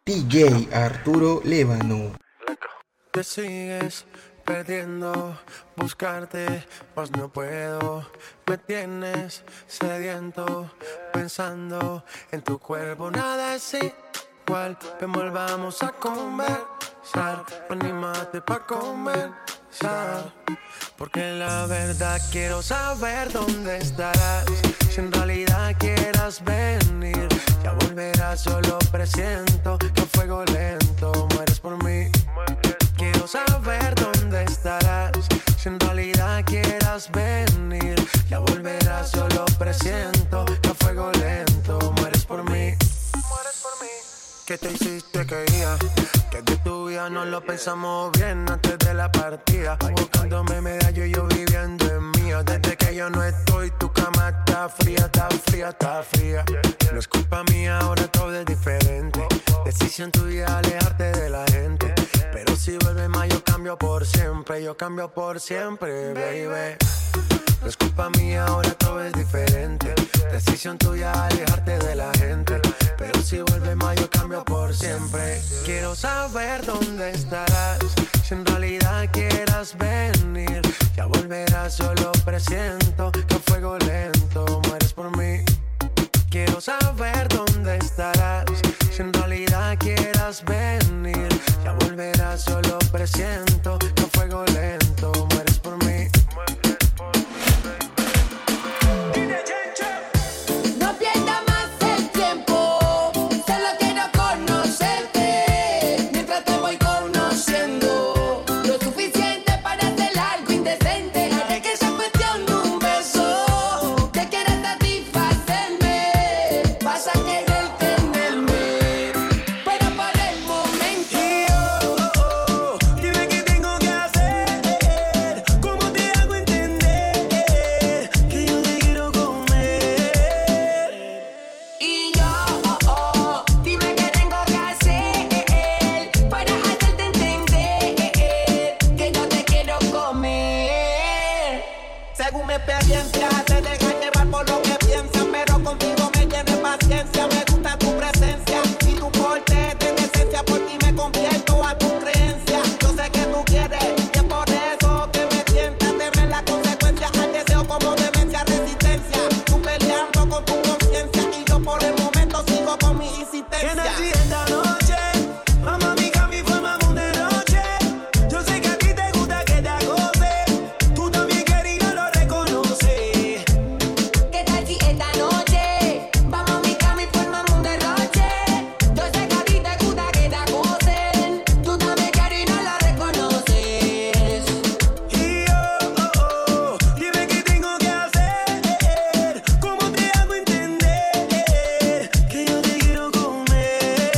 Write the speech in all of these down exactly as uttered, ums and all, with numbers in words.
D J Arturo Lévano. Te sigues perdiendo, buscarte, pues no puedo. Me tienes sediento, pensando en tu cuerpo. Nada es igual, ven volvamos a conversar. Anímate pa' conversar, porque la verdad quiero saber dónde estarás. Si en realidad quieras venir, ya volverás, solo presiento que a fuego lento mueres por mí. Quiero saber dónde estarás. Si en realidad quieras venir, ya volverás, solo presiento que a fuego lento mueres por mí. Mueres por mí. ¿Qué te hiciste que iba? Que de tu vida no lo pensamos bien antes de la partida. Buscándome medallo y yo viviendo en mía. Desde que yo no estoy, tu cama está fría, está fría, está fría. No es culpa mía, ahora todo es diferente. Decisión tuya alejarte de la gente. Pero si vuelve más yo cambio por siempre. Yo cambio por siempre, baby. No es culpa mía, ahora todo es diferente. Decisión tuya alejarte de la gente. Pero si vuelve más yo cambio por siempre. Quiero saber dónde estarás. Si en realidad quieras venir, ya volverás, solo presiento que a fuego lento mueres por mí. Quiero saber dónde estarás. Si en realidad quieras venir, ya volverás, solo presiento que a fuego lento mueres por mí. No pierda más el tiempo, solo quiero conocerte. Mientras te voy conociendo, lo suficiente para hacer algo indecente. Haré que sea cuestión de un beso, que quieras satisfacerme. Vas a querer tenerme, pero por el momento. Oh, oh, oh, dime qué tengo que hacer. ¿Cómo te hago entender que yo te quiero comer? Y yo, oh, oh, dime qué tengo que hacer para hacerte entender que yo te quiero comer. Según mi experiencia, te dejas llevar por lo que piensas, pero contigo me tienes paciencia. Me gusta tu presencia y tu porte de decencia. Por ti me convierto a tu creencia. Yo sé que tú quieres y es por eso que me tientas. Temer la consecuencia al deseo como demencia, resistencia. Tú peleando con tu conciencia y yo por el momento sigo con mi insistencia. Esta noche, vamos a mi cama y formamos un derroche. Yo sé que a ti te gusta que te acose. Tú también quieres y no lo reconoces. ¿Qué tal si esta noche vamos a mi cama y formamos un derroche? Yo sé que a ti te gusta que te acosen, tú también quieres y no lo reconoces. Y oh, oh, oh, dime qué tengo que hacer. ¿Cómo te hago entender que yo te quiero comer?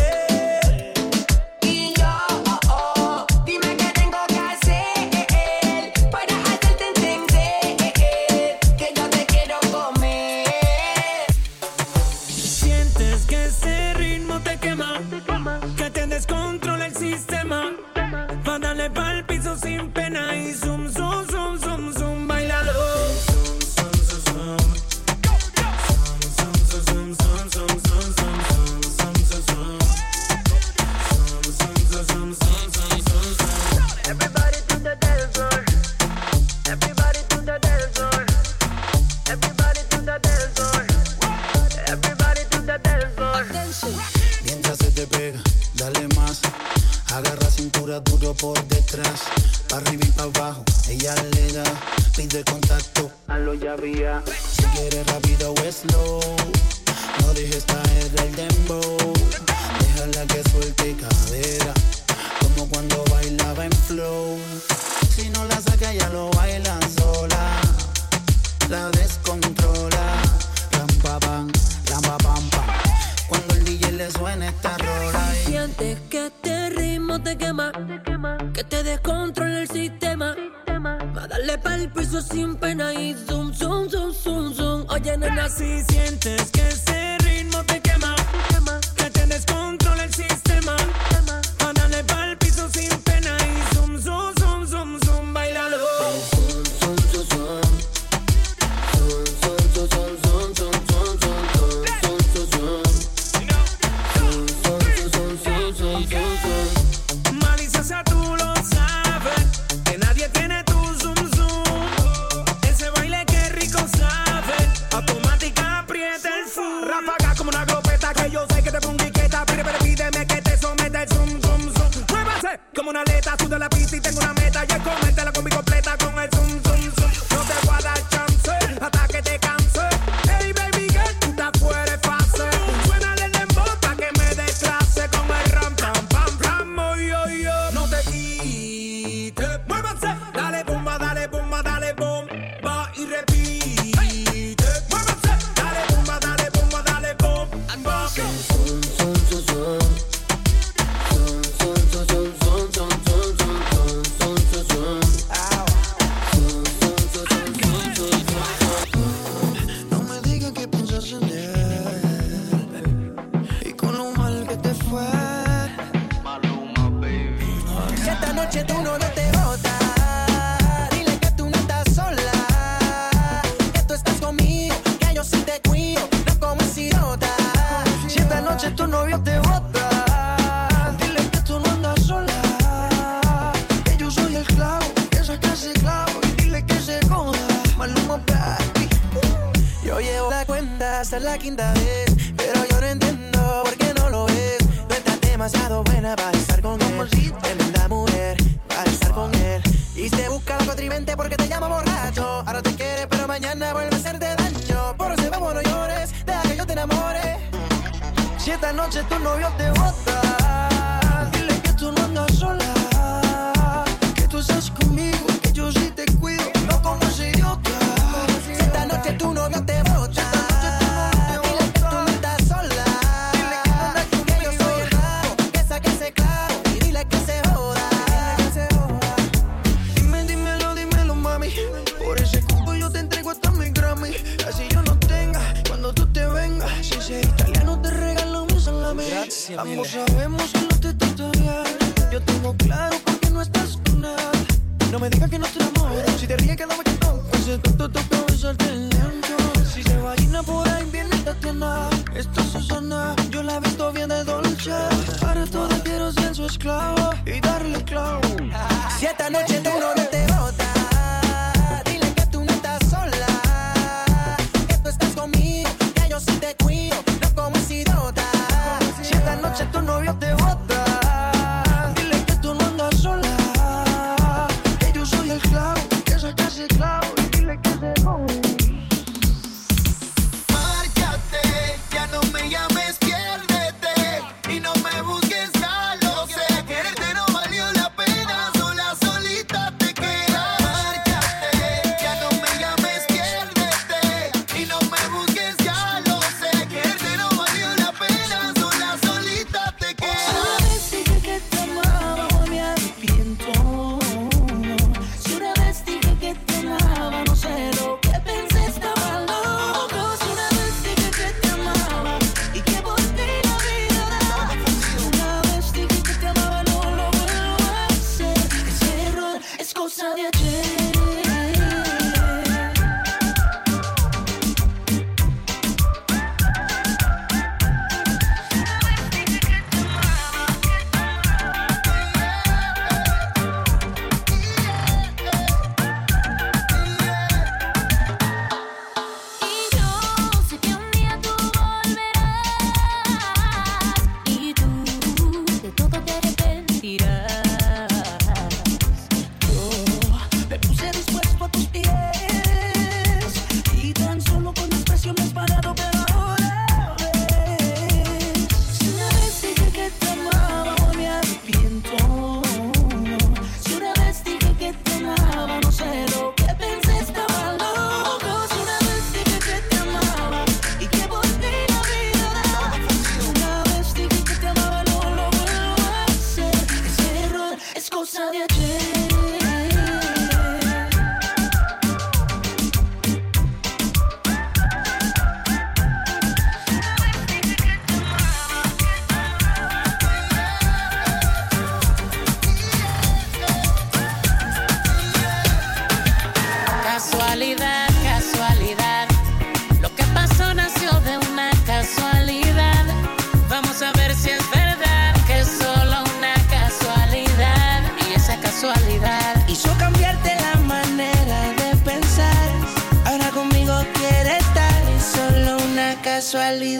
Y yo, oh, oh, dime qué tengo que hacer para hacerte entender que yo te quiero comer. Sientes que ese ritmo te quema, que te descontrola el sistema. Va a darle pa'l piso sin pena y zoom, zoom, zoom, zoom, zoom, bailalo. Zoom, zoom, zoom, zoom. Zoom, zoom, zoom, zoom, zoom, zoom, zoom, zoom, zoom, zoom, zoom. Zoom, zoom, zoom, zoom, zoom, zoom, zoom. Everybody to the dance floor. Everybody to the dance floor. Everybody to the dance floor. Everybody to the dance floor. Mientras se te pega, dale más. Agarra cintura duro por detrás. Pa' arriba y pa' abajo, ella le da. Pide contacto, hazlo ya vía. Si quieres rápido o slow, no dejes caer el dembow. Déjala que suelte cadera, como cuando bailaba en flow. Si no la saca ya lo bailan sola. La descontrola. Ram pa pam, ram pa pam pam. Cuando el D J le suena esta rola. Sientes que este ritmo te quema, que te descontrola el sistema. Va a darle pa'l piso sin pena y zoom, zoom, zoom, zoom, zoom. Oye, nena, Si sientes que ese ritmo te quema, que te descontrola el sistema. Va a darle pa'l piso sin pena y zoom, zoom, zoom, zoom, zoom, bailalo. zoom, zoom, zoom, zoom. Zoom, zoom, zoom, zoom, zoom, zoom, zoom, zoom, zoom, zoom, zoom. Zoom, zoom, zoom, zoom, zoom, zoom. Ráfaga como una glopeta que yo sé que te pongo inquieta. Pide, pide, pídeme que te someta el zoom, zoom, zoom. Muévase como una aleta, sudo la pista y tengo una meta. Y es comerte la combi completa con el zoom, zoom, zoom. No te voy a dar chance hasta que te canse. Hey baby girl, tú estás fuera de fase. Suénale el dembow pa' que me des clase con el ram, pam, pam, pam, oh, yo, yo. No te quites, muévase. Dale bomba, dale bomba, dale bomba y repite. Muévase, dale bomba, dale bomba, dale bomba. Zoom, zoom, zoom, zoom. Zoom, zoom, zoom, zoom, zoom, zoom, zoom, zoom, zoom, zoom, zoom. Zoom, zoom, zoom, zoom, zoom, zoom, zoom. No me digas que piensas en él y con lo mal que te fue. Maluma, baby. Si esta noche tu novio te bota, dile que tú no estás sola, que tú estás conmigo, que yo sí te cuido, no como es idiota. Si esta noche tu novio te bota, dile que tú no andas sola, que yo soy el clavo, que saca ese clavo y dile que se joda. Maluma, baby. Yo llevo la cuenta hasta la quinta vez, pero yo no entiendo por qué no lo ves. Tú estás demasiado buena para estar con él, tremenda mujer para estar con él. Y se busca la contrivente porque te llama borracho. Ahora te quiere pero mañana vuelve a hacerte daño. Por eso vamos, no llores, deja que yo te enamore. Si esta noche tu novio te bota, dile que tú no andas sola, que tú estás conmigo, que yo sí te cuido, no como ese idiota. Si esta noche tu novio te bota, dile que tú no estás sola, que yo soy el raro, que saque ese claro y dile que se joda. Dime, dímelo, dímelo, mami. Por ese cupo yo te entrego hasta mi Grammy. Así yo no tenga cuando tú te vengas. Si ese italiano te regalo mi salami. Ambos sabemos que no te trata bien. Yo tengo claro por qué no estás con él. No me digas que no te enamoro. Si te ríes, quédame que no. Ese tonto toca besarte lento. Si se vagina por ahí, viene Tatiana. Esta Susana, yo la he visto bien de dolce. Para toda quiero ser su esclavo y darle clavo. Si esta noche tu novio te bota, dile que tú no estás sola, que tú estás conmigo, que yo sí te cuido, no como es idiota. Si esta noche tu novio te bota, dile que tú no andas sola, que yo soy el clavo, que saca ese clavo y dile que se joda. Márchate, ya no me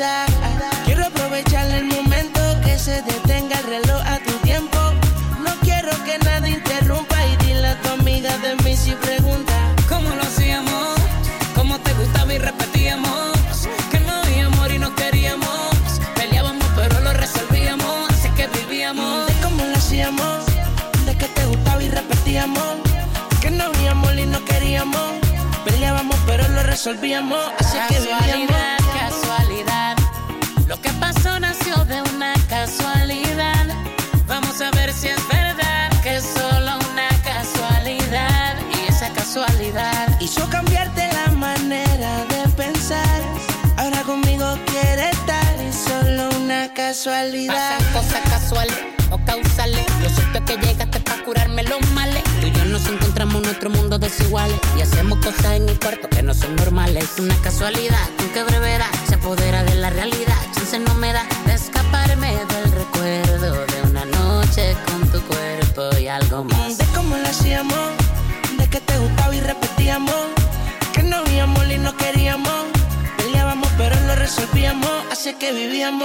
casualidad. Quiero aprovechar el momento que se detenga el reloj a tu tiempo. No quiero que nada interrumpa y dile a tu amiga de mí si pregunta ¿cómo lo hacíamos? ¿Cómo te gustaba y repetíamos? Que no había amor y no queríamos. Peleábamos pero lo resolvíamos. Así que vivíamos. De cómo lo hacíamos, de que te gustaba y repetíamos. Que no había amor y no queríamos. Peleábamos pero lo resolvíamos. Así que vivíamos. Casualidad, lo que pasó nació de una casualidad. Vamos a ver si es verdad que es solo una casualidad. Y esa casualidad hizo cambiarte la manera de pensar. Ahora conmigo quiere estar y solo una casualidad. pasan cosas casuales o causales. Lo cierto es que llegaste para curarme los males. Tú y yo nos encontramos en nuestro mundo desiguales y hacemos cosas en el cuarto que no son normales. Una casualidad con que brevedad se apodera de la realidad. Chance no me da de escaparme del recuerdo de una noche con tu cuerpo y algo más. De cómo lo hacíamos, de que te gustaba y repetíamos. Que no habíamos y no queríamos. Peleábamos pero lo resolvíamos. Así que vivíamos.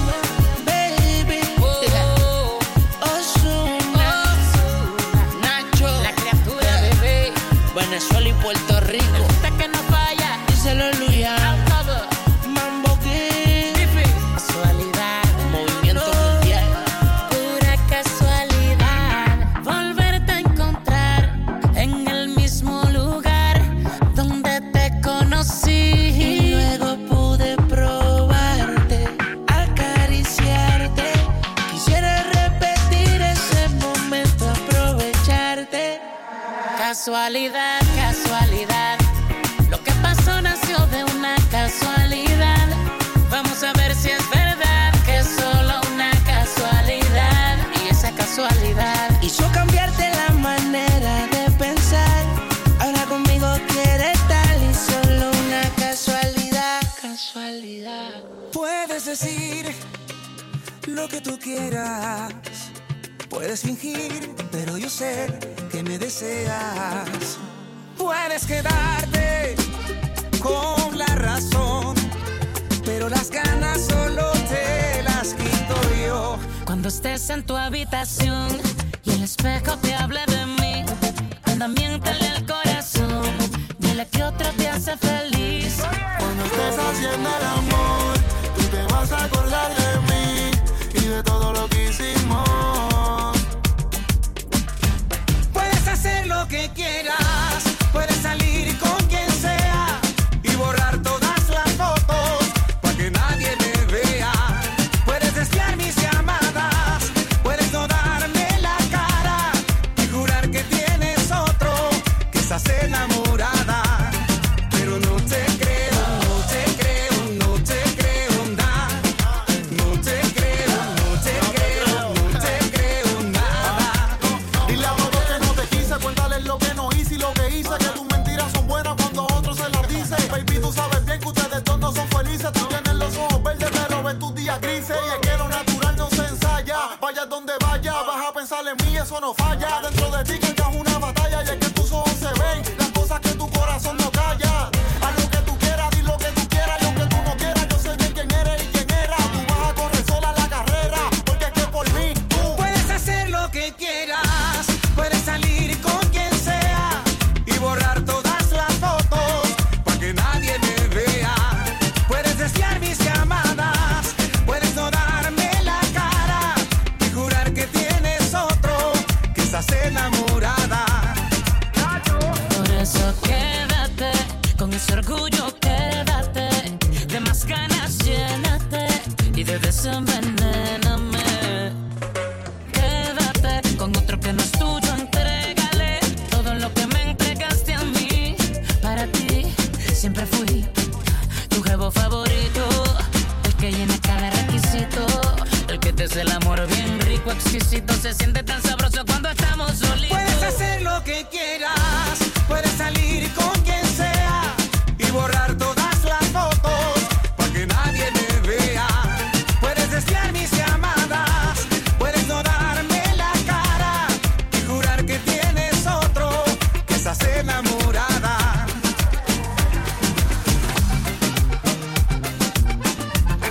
Baby, Oh, Ozuna, Nacho, la criatura, bebé. Venezuela y Puerto Rico. Hasta que no falla. Díselo Luya, Cover. Mambo King, Casualidad. Movimiento Mundial. Pura casualidad, volverte a encontrar en el mismo lugar donde te conocí. Y luego pude probarte, acariciarte. Quisiera repetir ese momento, aprovecharte. Casualidad, casualidad, lo que pasó nació de una casualidad. Vamos a ver si es verdad que es solo una casualidad. Y esa casualidad Hizo cambiarte la manera de pensar. Ahora conmigo quiere estar y solo una casualidad. Casualidad. Puedes decir lo que tú quieras. Puedes fingir, pero yo sé que me deseas. Puedes quedarte con la razón, pero las ganas solo te las quito yo. cuando estés en tu habitación y el espejo te hable de mí, anda, miéntale al corazón, dile que otro te hace feliz. Cuando estés haciendo el amor, tú te vas a acordar de mí y de todo lo que hicimos. Puedes hacer lo que quieras, puedes salir con quien sea y borrar todas las fotos para que nadie me vea. Puedes desviar mis llamadas, puedes no darme la cara y jurar que tienes otro, que estás enamorada. Pero no te creo, no te creo, no te creo nada. No te creo, no te creo, no te creo nada. Dile a todos que no te quise, cuéntales lo que no hice y lo que hice, que tus mentiras son buenas cuando otros se las dicen. Baby, tú sabes bien que ustedes dos no son felices. Tú tienes los ojos verdes, pero ves tus días grises. Y es que lo natural no se ensaya. Vaya donde vaya, vas a pensar en mí, eso no falla. Dentro de ti cargas una batalla y es que tus ojos se ven las cosas que tu corazón no calla. Haz lo que tú quieras, di lo que tú quieras y aunque tú no quieras, yo sé bien quién eres y quién era. Tú vas a correr sola la carrera, porque es que por mí tú Puedes hacer lo que quieras, puedes salir con quien sea y borrar todas las fotos para que nadie me vea. Puedes desviar mis llamadas, puedes no darme la cara y jurar que tienes otro, que estás enamorada. Por eso quédate, con ese orgullo quédate, de más ganas llénate y de desenvenéname. Quédate con otro que no es tuyo, entrégale todo lo que me entregaste a mí. Para ti siempre fui tu jevo favorito, el que llena cada requisito, el que te hace el amor bien rico, exquisito. Se siente tan sabroso cuando estamos solitos. Puedes hacer lo que quieras, puedes salir con quien sea y borrar todas las fotos para que nadie me vea. Puedes desviar mis llamadas, puedes no darme la cara y jurar que tienes otro, que estás enamorada.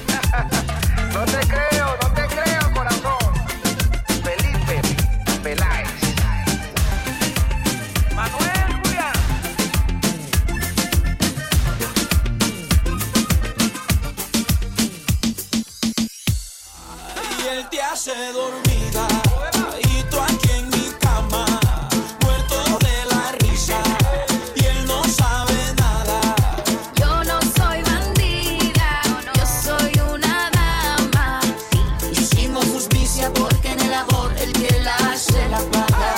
él te hace dormida y tú aquí en mi cama, muerto de la risa y él no sabe nada. Yo no soy bandida, yo soy una dama. Hicimos justicia porque en el amor el que la hace la paga.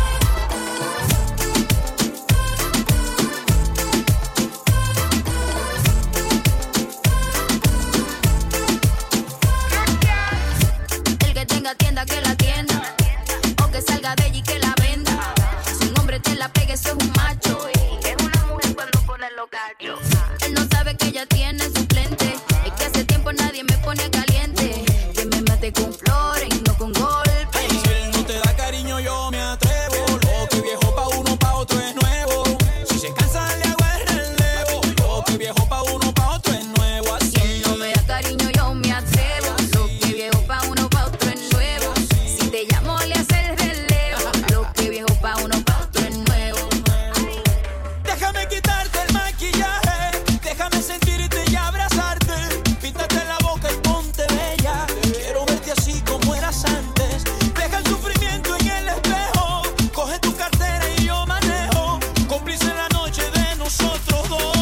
El que tenga tienda que la tienda, o que salga de allí que la venda. Si un hombre te la pega, eso es un macho. Y es una mujer cuando pone los cachos. Él no sabe que ella tiene suplente. Es que hace tiempo nadie me pone caliente. Que me mate con flores y no con golpes. Si él no te da cariño yo me atrevo. Lo que viejo pa' uno pa' otro es nuevo. Si se cansa le hago el relevo. Lo que viejo pa' uno pa' otro es nuevo. Así Si él no me da cariño, yo me atrevo. Lo que viejo pa' uno, pa' otro es nuevo. Si te llamo, le hace el relevo. Lo que viejo pa' uno, pa' otro es nuevo. déjame quitarte el maquillaje, déjame sentirte y abrazarte. Píntate la boca y ponte bella. Quiero verte así como eras antes. Deja el sufrimiento en el espejo. Coge tu cartera y yo manejo. Cómplice en la noche de nosotros dos.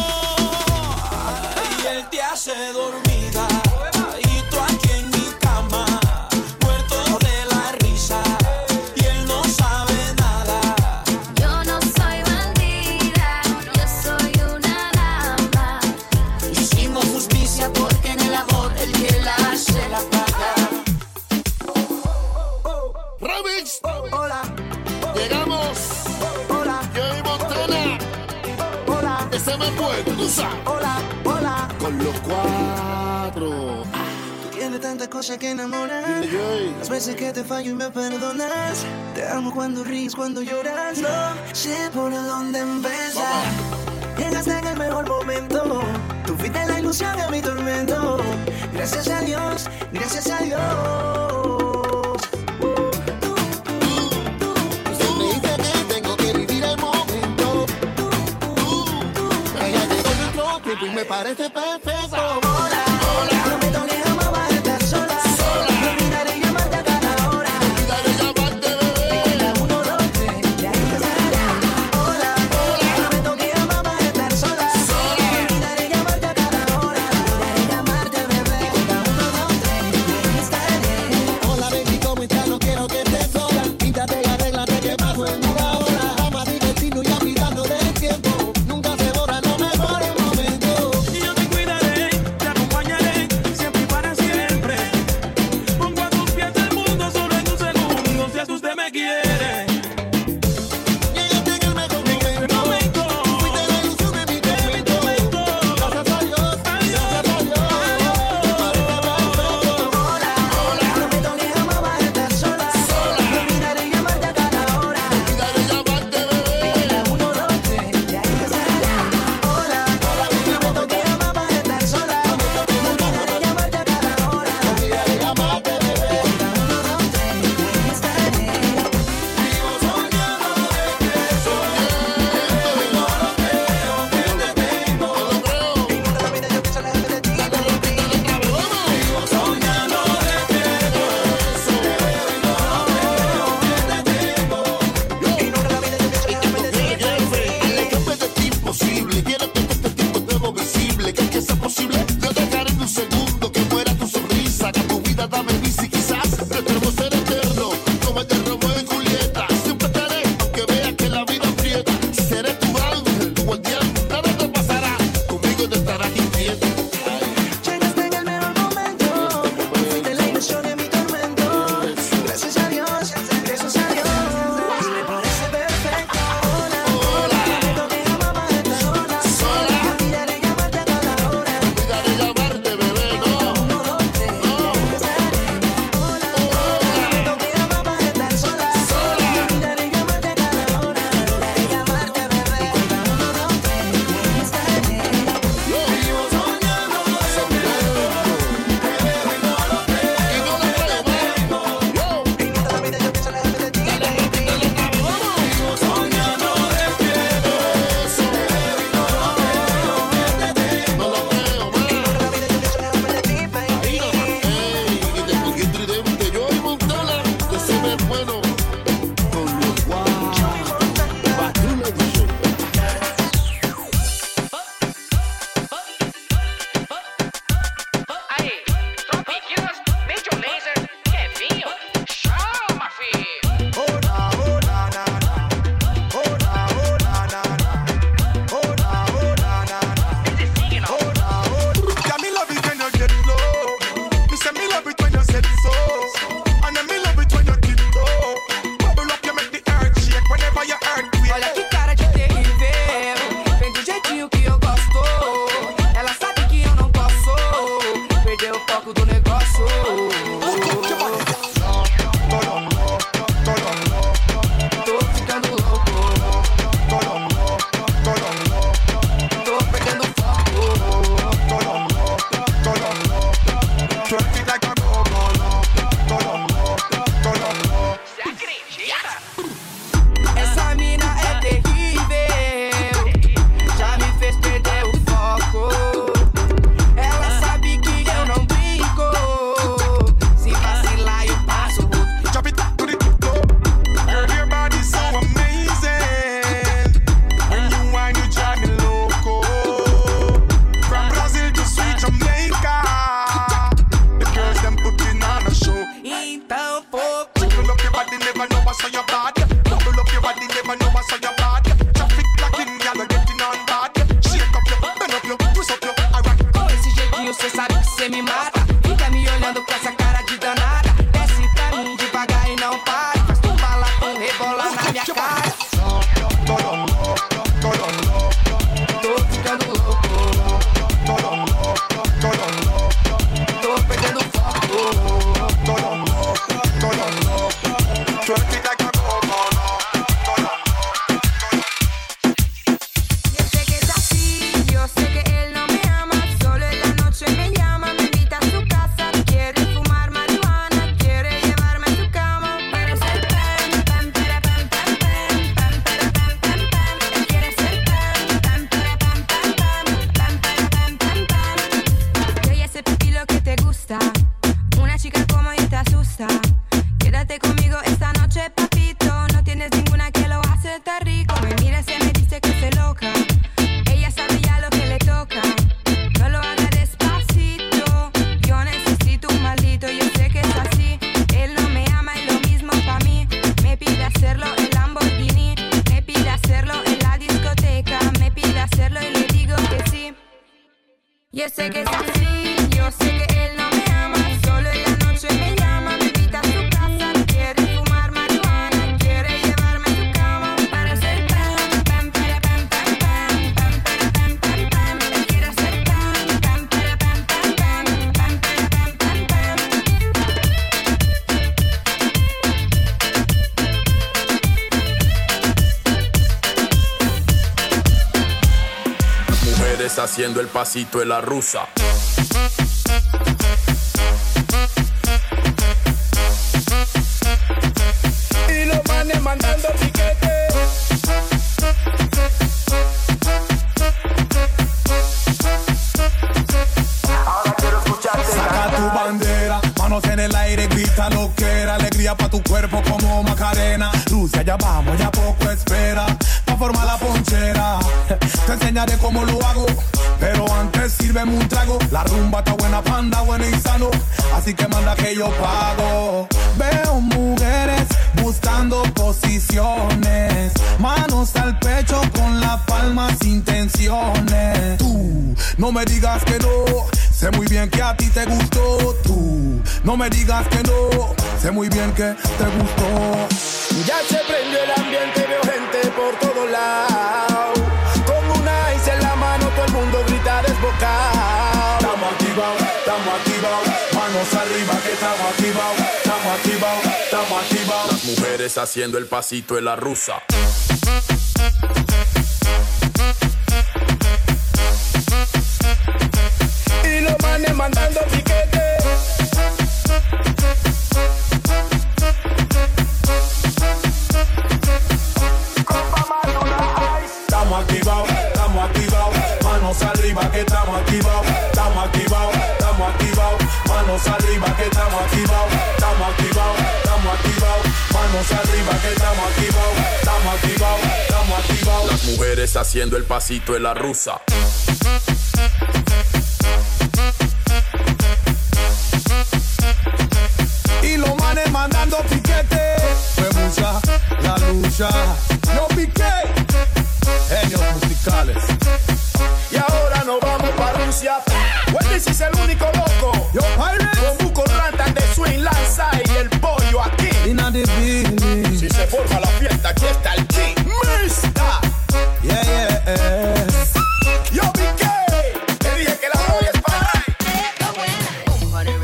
Y él te hace dormida y tú aquí en mi cama, muerto de la risa y él no sabe nada. Yo no soy bandida, yo soy una dama. Hicimos justicia porque en el amor el que la hace la paga. Remix. Hola, Llegamos. hola, Joey Montana. hola, Ese me puede, tú sabes. hola, hola. Con los cuatro. Tiene tantas cosas que enamoran. Dile, Joey. Las veces que te fallo y me perdonas. Te amo cuando ríes, cuando lloras. No sé por dónde empezar. Llegaste en el mejor momento. Tú fuiste la ilusión a mi tormento. Gracias a Dios, gracias a Dios. Siempre dice que tengo que vivir el momento. Ella llegó en otro tiempo y me parece perfecto. Hola, hola. Prometo que jamás vas a estar sola. No olvidaré llamarte a cada hora. Olvidaré llamarte, bebé. La uno, dos, tres, ya empezaré. Hola, hola. Prometo que jamás vas a estar sola. No olvidaré llamarte a cada hora. Olvidaré llamarte, bebé. La uno, dos, tres, ya estaré. Hola, baby, ¿cómo estás? No quiero que estés sola. Quítate y arréglate que paso en una hora. Vamos a divertirnos y olvidando del tiempo. Nunca se borra lo mejor en momento. Y yo te cuidaré, te acompañaré, siempre y para foco do negócio. Tô ficando louco. Tô perdendo foco. Twerk it like a go-go. Você acredita? Essa mina é terrível, já me fez perder o foco. Ela sabe que eu não brinco, se vacilar eu passo. Drop it to the floor. Girl, your body's so amazing. When you whine, you drive me loco. From Brazil to sweet Jamaica, the girls them putting on a show. Então pouco. Jiggle up your body, never know what's on your body. Bubble up your body, never know what's on your body. Traffic blocking, y'all getting on bad. Shake up your, bend up your, twist up your, alright. Com esse jeitinho cê sabe que cê me mata. Fica me olhando com essa cara de danada. Desce pra mim devagar e não para. Faz tu falar com rebolar na minha cara. Tô ficando louco. Tô perdendo foco. Twerk it like a go-go. Yo sé que es así, yo sé que él no me ama, solo en la noche me llama, me invita a su casa, quiere fumar marihuana, quiere llevarme a su cama, para ser pam, pam, para pam, pam, pam, pam, para pam, pam, pam, él quiere ser pam, pam, para pam, pam, pam, pam, para pam, pam, pam. Yo ya sé papi lo que te gusta, una chica como yo te asusta, quédate conmigo esta noche papito, no tienes ninguna que lo hace tan rico, me mira y me dice que estoy loca, ella sabe ya lo que le toca, no lo haga despacito, yo necesito un maldito, yo sé que es así, él no me ama y lo mismo pa' mí, me pide hacerlo en Lamborghini, me pide hacerlo en la discoteca, me pide hacerlo y le digo que sí, yo sé que es así, yo sé que él no me ama, solo en la noche me llama, me invita a su casa, quiere fumar marihuana, quiere llevarme a su cama, para ser pam, pam, para pam, pam, pam, pam, para pam, pam, pam, él quiere hacer pam, pam, para pam, pam, pam, pam, para pam, pam, pam. Mujeres haciendo el pasito de la rusa. Y los manes mandando piquete. Ahora quiero escucharte. Saca tu bandera, manos en el aire, grita lo que era, alegría pa' tu cuerpo como Macarena. Lucia, ya vamos, ya poco espera, pa' formar la ponchera. Te enseñaré cómo lo hago, pero antes sírveme un trago. La rumba está buena, panda, buena y sano, así que manda que yo pago. Veo mujeres buscando posiciones, manos al pecho con las palmas intenciones. Tú, no me digas que no, sé muy bien que a ti te gustó. Tú, no me digas que no, sé muy bien que te gustó. Ya se prendió el ambiente, veo gente por todos lados. Con una ice en la mano, todo el mundo grita desbocado. Estamos activados, estamos activados, manos arriba que estamos activados. Estamos activados, estamos activados. Las mujeres haciendo el pasito de la rusa. Y los manes mandando piquete. Estamos activados, estamos activados, manos arriba que estamos activados. Estamos activados, estamos activados, manos arriba que estamos activados. Estamos activados, estamos activados, manos arriba que estamos activados. Estamos activados, estamos activados. Las mujeres haciendo el pasito de la rusa. Y los manes mandando piquete. Fue mucha la lucha. Yo piqué. Genios musicales. Y ahora nos vamos para Rusia. Wendy es el único loco. Yo Pirates. Con Buco Rantan de Swing Lanza y el pollo aquí. Si se forma la fiesta, aquí está el King Mista. Yeah, yeah. Yo piqué. Te dije que la voy a esperar.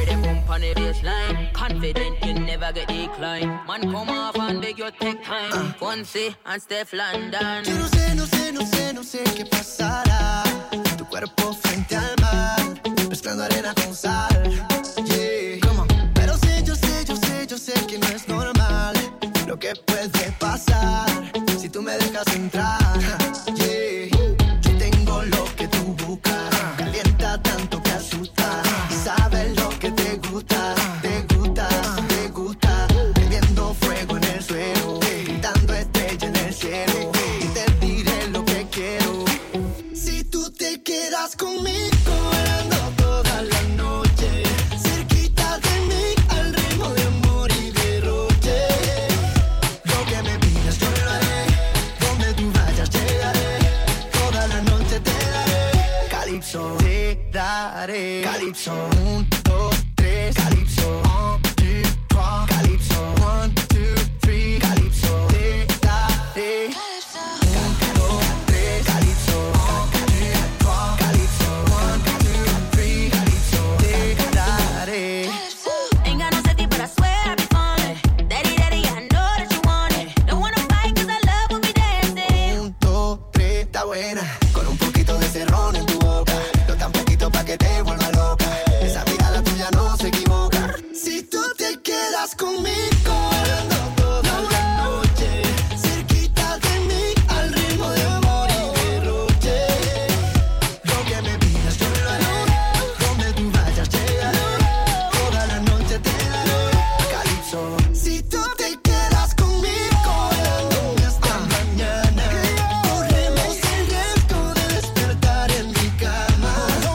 on the baseline. Confident you never get decline. Man come off and beg you take time. Fonsi and Steph London. Yo no sé, no sé, no sé, no sé qué pasará. Tu cuerpo frente al mar, mezclando arena con sal. Yeah. Come on. Pero sé, yo sé, yo sé, yo sé que no es normal lo que puede pasar si tú me dejas entrar. Yeah. Yo tengo lo que tú buscas, calienta tanto que asusta. Sabes lo que te gusta, te gusta, te gusta. Prendiendo fuego en el suelo, gritando estrella en el cielo. Y te diré lo que quiero. Si tú te quedas conmigo volando toda la noche, cerquita de mí al ritmo de amor y derroche. Lo que me pidas yo lo haré, donde tú vayas llegaré. Toda la noche te daré calipso, te daré calipso. Un, dos, tres, calipso. Un, two, trois, calipso. One, two, three, calipso. Te daré calipso. Un, dos, tres, calipso. Un, two, trois, calipso. One, two, three, calipso. Te daré. Ain't got no safety, but I swear I'll be fun. Daddy, daddy, I know that you want it. Don't wanna fight, cause I love when we dancing. Un, dos, tres, está buena. Con un poquito de cerrón en tu boca. No tan poquito pa' que te vuelva loca. Esa mirada tuya no se equivoca. Si tú te quedas conmigo volando toda la noche, cerquita de mí al ritmo de amor y derroche. Lo que me pidas yo lo haré, donde tú vayas llegaré. Toda la noche te daré calipso. Si tú te quedas conmigo volando hasta mañana, corremos el riesgo de despertar en mi cama.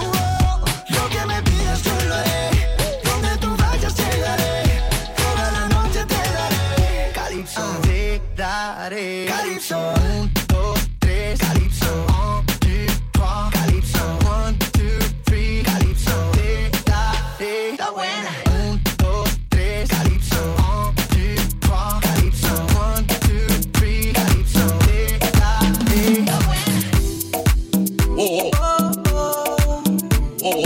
Lo que me pidas yo lo haré, donde tú vayas llegaré. Toda la noche te daré calipso, te daré calipso. Un, dos, tres, calipso. Un, two, trois, calipso. One, two, three, calipso. Te daré, está buena. Un, dos, tres, calipso. Un, two, trois, calipso. One, two, three, calipso. Te daré, está buena. Oh, oh, oh, oh, oh.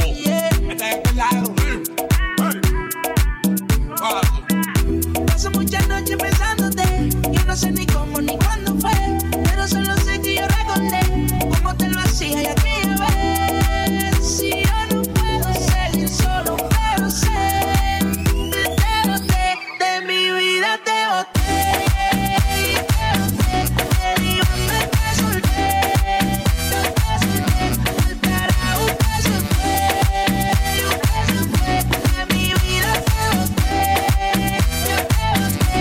Paso muchas noches pensándote. Yo no sé ni cómo ni cuándo fue, pero solo sé que yo recordé cómo te lo hacía y aquella vez. Si yo no puedo seguir solo, pero sé que te boté, de mi vida te boté. Y te boté, te di banda, te solté. Yo te solté, al carajo te solté. Yo te solté, de mi vida te boté. Yo te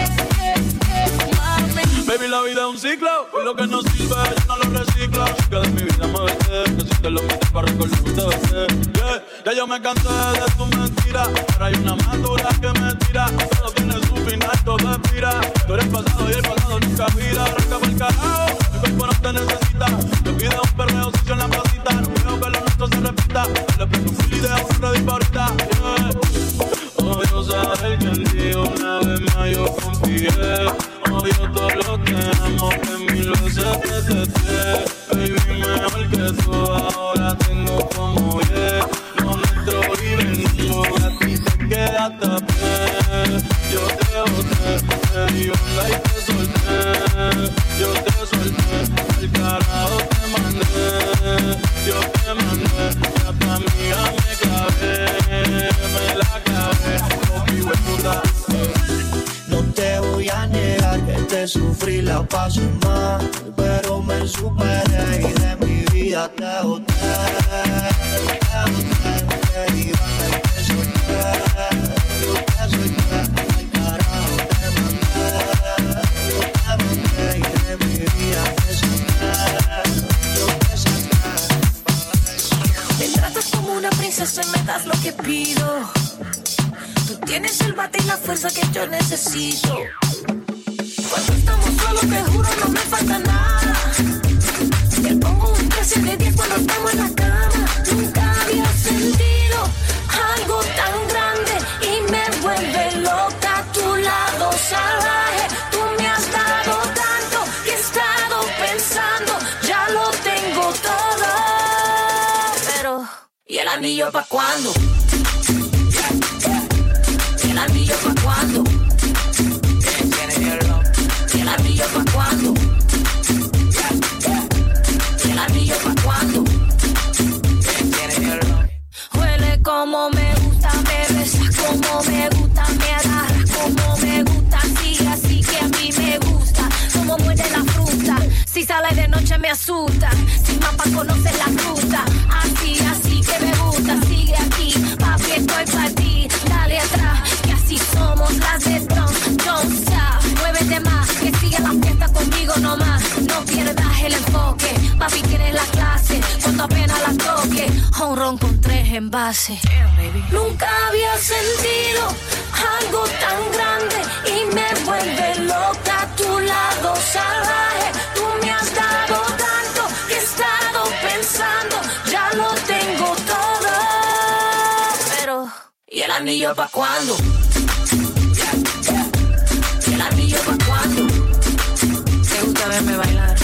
boté, mami. Baby, la vida es un ciclo, y lo que no sirve yo no lo reciclo. Que de mi vida me vete, que si te lo metes para recordarte. Yeah, ya yo me cansé de tu mentira. Ahora hay una más dura que me tira. Todo tiene su final, todo expira. Tú eres pasado y el pasado nunca vira. Arranca por el carajo, mi cuerpo no te necesita. Te pido un perreo sucio en la placita. No quiero que lo nuestro se repita. Le prendo un fili de un ready ahorita. Yeah. Odio saber que en ti una vez más yo confié. Odio todo lo que amo, que mil veces te testé. Baby, mejor que tú ahora tengo como yeah. Lo nuestro vive en un lugar, a ti te quedaste a pie. Yo te boté, te di onda y te solté. Yo te solté, al carajo te mandé. Yo te mandé, ya tu amiga me clavé. Me la clavé, oh, hijo de puta. No te voy a negar que te sufrí, la pasé mal, pero me superé y de mi vida te boté. Te boté, te di banda y te solté. Yo te solté, al carajo te mandé. Yo te boté y de mi vida te solté. Yo te solté. Me tratas como una princesa y me das lo que pido. Tú tienes el bate y la fuerza que yo necesito. Cuando estamos solos te juro no me falta nada. Te pongo un trece de diez cuando estamos en la cama. Nunca había sentido algo tan grande y me vuelve loca a tu lado salvaje. Tú me has dado tanto que he estado pensando, ya lo tengo todo. Pero, ¿y el anillo pa' cuándo? envase. Nunca había sentido algo tan grande y me vuelve loca a tu lado salvaje. Tú me has dado tanto que he estado pensando, ya lo tengo todo. Pero, ¿y el anillo pa' cuándo? ¿Y el anillo pa' cuándo? ¿Te gusta verme bailar?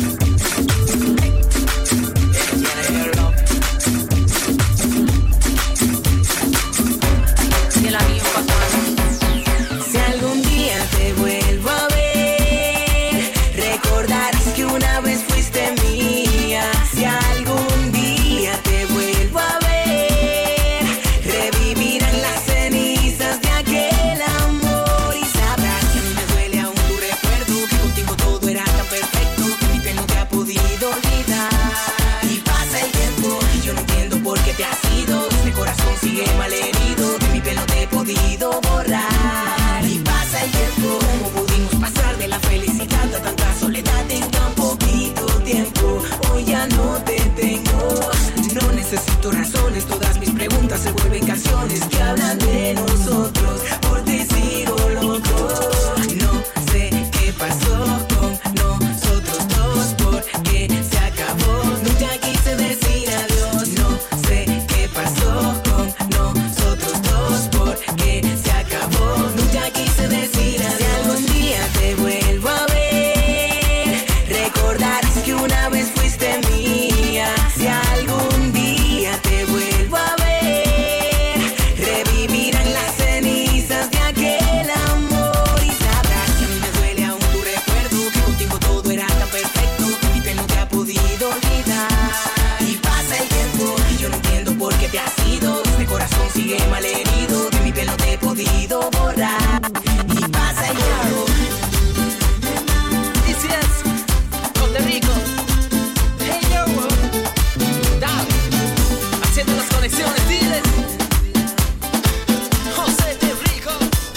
Si algún día te vuelvo a ver, recordarás que una vez fuiste mía. Si algún día te vuelvo a ver, revivirán las cenizas de aquel amor. Y sabrás que a mí me duele aún tu recuerdo, que contigo todo era tan perfecto, que mi piel no te ha podido olvidar. Y pasa el tiempo y yo no entiendo por qué te has ido. Este corazón sigue malherido, que mi piel no te he podido borrar. Y pasa el tiempo, ¿cómo pudimos pasar de la felicidad a tanta soledad en tan poquito tiempo? Hoy ya no te tengo, no necesito razones, todas mis preguntas se vuelven canciones que hablan de nosotros. Por ti sigo loco, no sé qué pasó con nosotros dos, porque se acabó. Nunca quise decir adiós, no sé qué pasó con nosotros dos, porque se acabó. Nunca quise decir adiós. Si algún día te vuelvo a ver, recordarás que una vez fuiste mía. Si algún día te vuelvo a ver, revivirán las cenizas de aquel amor. Y sabrás que a mí me duele aún tu recuerdo, que contigo todo era tan perfecto, que mi piel no te ha podido olvidar. Y pasa el tiempo y yo no entiendo por qué te has ido. Este corazón sigue malherido, que mi piel no te he podido borrar. Y pasa el tiempo. This is Puerto Rico. Hey yo, dale, haciendo las conexiones, diles. José de Rico.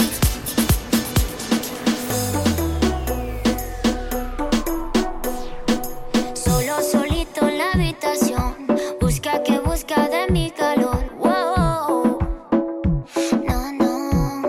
Solo solito en la habitación, busca que busca de mi calor. Wow. No, no.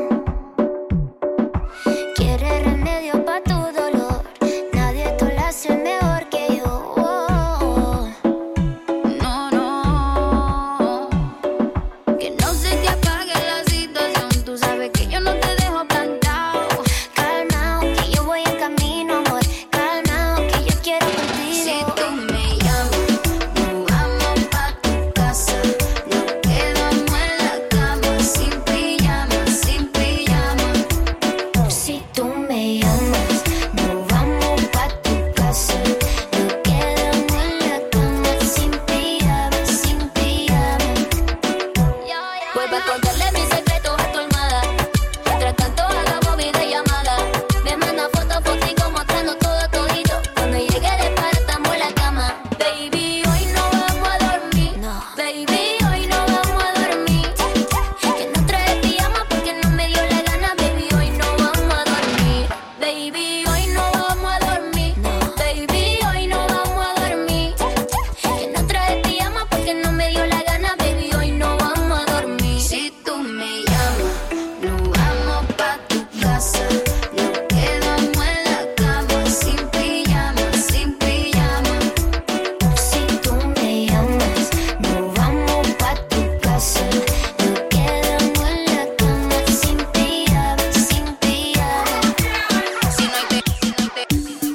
Quiere remedio pa' tu dolor, nadie te lo hace mejor que yo. Wow. No, no. Que no se te apague la situación, tú sabes que yo no te dejo plantado. Calmao, que yo voy en camino, amor. Calmao, que yo quiero contigo. Si tú me llamas, nos vamos pa' tu casa. Nos quedamos en la cama, sin pijama, sin pijama. Si tú me llamas, nos vamos pa' tu casa. Nos quedamos en la cama, sin pijama, sin pijama. Vuelve a contarle mis secretos a tu almohada. Mientras tanto hagamos videollamada. Me manda fotos, fotico mostrando todo todito. Cuando llegue de para estamos en la cama. Baby, hoy no vamos a dormir. Baby, hoy no vamos a dormir. Que no trae pijama porque no me dio la gana. Baby, hoy no vamos a dormir. Baby, hoy no vamos a dormir. Baby, hoy no vamos a dormir. Que no trae pijama porque no me dio la gana. Baby, hoy no vamos a dormir. Si tú me llamas, nos vamos pa' tu casa. Nos quedamos en la cama, sin pijama, sin pijama. Si tú me llamas, nos vamos pa' tu casa. Nos quedamos en la cama, sin pijama, sin pijama. Si no hay te, si no hay te.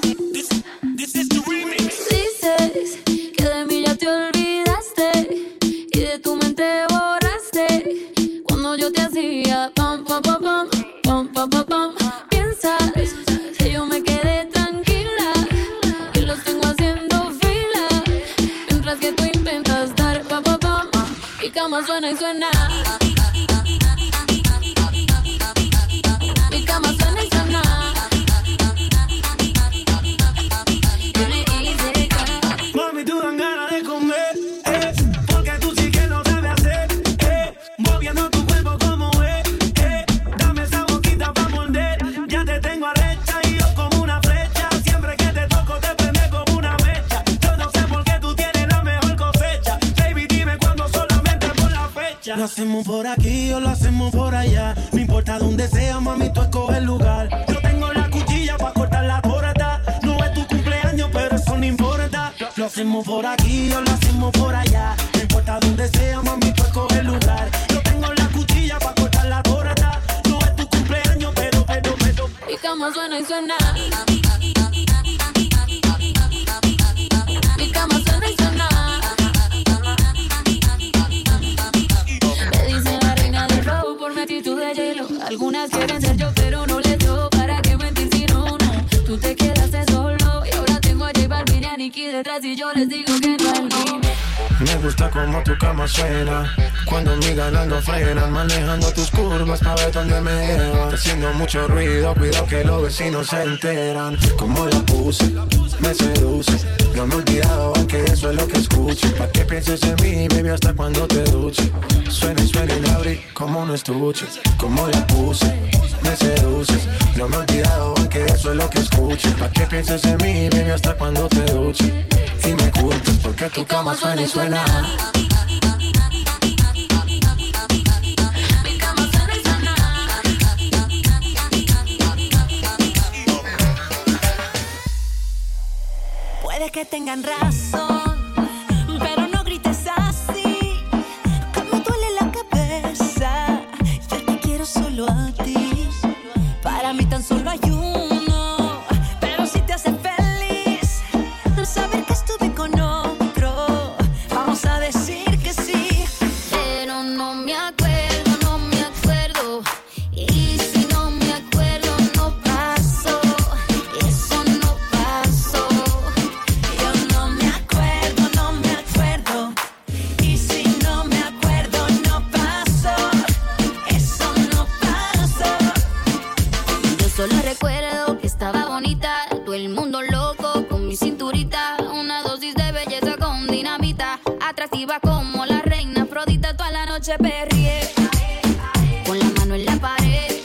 Dices que de mí ya te olvidaste y de tu mente borraste cuando yo te hacía pam pam pam pam pam pam pam pam. Piensas que yo me quedé tranquila y los tengo haciendo fila mientras que tú intentas dar pam pam pam. Mi cama suena y suena. Mi cama suena y suena. Mami, tú dan ganas de comer, eh, porque tú sí que lo sabes hacer, eh, moviendo tu cuerpo como es, eh, dame esa boquita pa' morder, ya te tengo arrecha y yo como una flecha, siempre que te toco te prende como una mecha, yo no sé por qué tú tienes la mejor cosecha, baby dime cuándo solamente por la Lo hacemos por aquí o lo hacemos por allá. No importa donde sea, mami, tú escoge el lugar. Yo tengo la cuchilla para cortar la torta. No es tu cumpleaños, pero eso no importa. Lo hacemos por aquí o lo hacemos por allá. No importa donde sea, mami, tú escoge el lugar. Yo tengo la cuchilla para cortar la torta. No es tu cumpleaños, pero, pero, pero. Mi cama suena y suena. Mi cama suena y suena. Me dicen la reina del flow por mi actitud de hielo. Algunas quieren ser yo, pero no les dio. ¿Para qué mentir si no, no? Tú te quedaste solo y ahora tengo a J Balvin y a Nicki detrás y yo les digo que no al mío. Me gusta como tu cama suena cuando mi ganando frenan, manejando tus curvas pa' ver dónde me llevan. Haciendo mucho ruido, cuidado que los vecinos se enteran. Como la puse, me seduce. No me he olvidado, aunque eso es lo que escucho. Pa' que pienses en mí, baby, hasta cuando te duche. Suena y suena y le abrí como un estuche. Como la puse, me seduces. No me he olvidado, aunque eso es lo que escucho. Pa' que pienses en mí, baby, hasta cuando te duche. Y me culpes porque tu cama suena y suena. Puede que tengan razón, pero no grites así, que me duele la cabeza. Yo te quiero solo a ti. Para mí tan solo hay uno, pero si te hace feliz saber que estuve con otro, vamos a decir que sí. Pero no me acuerdo, no me acuerdo. Y si no me acuerdo, no pasó. Eso no pasó. Yo no me acuerdo, no me acuerdo. Y si no me acuerdo, no pasó. Eso no pasó. Yo solo recuerdo que estaba bonita, todo el mundo loco con mi cinturita. Una dosis de belleza con dinamita, atractiva como la reina Afrodita. Toda la noche perrié, con la mano en la pared.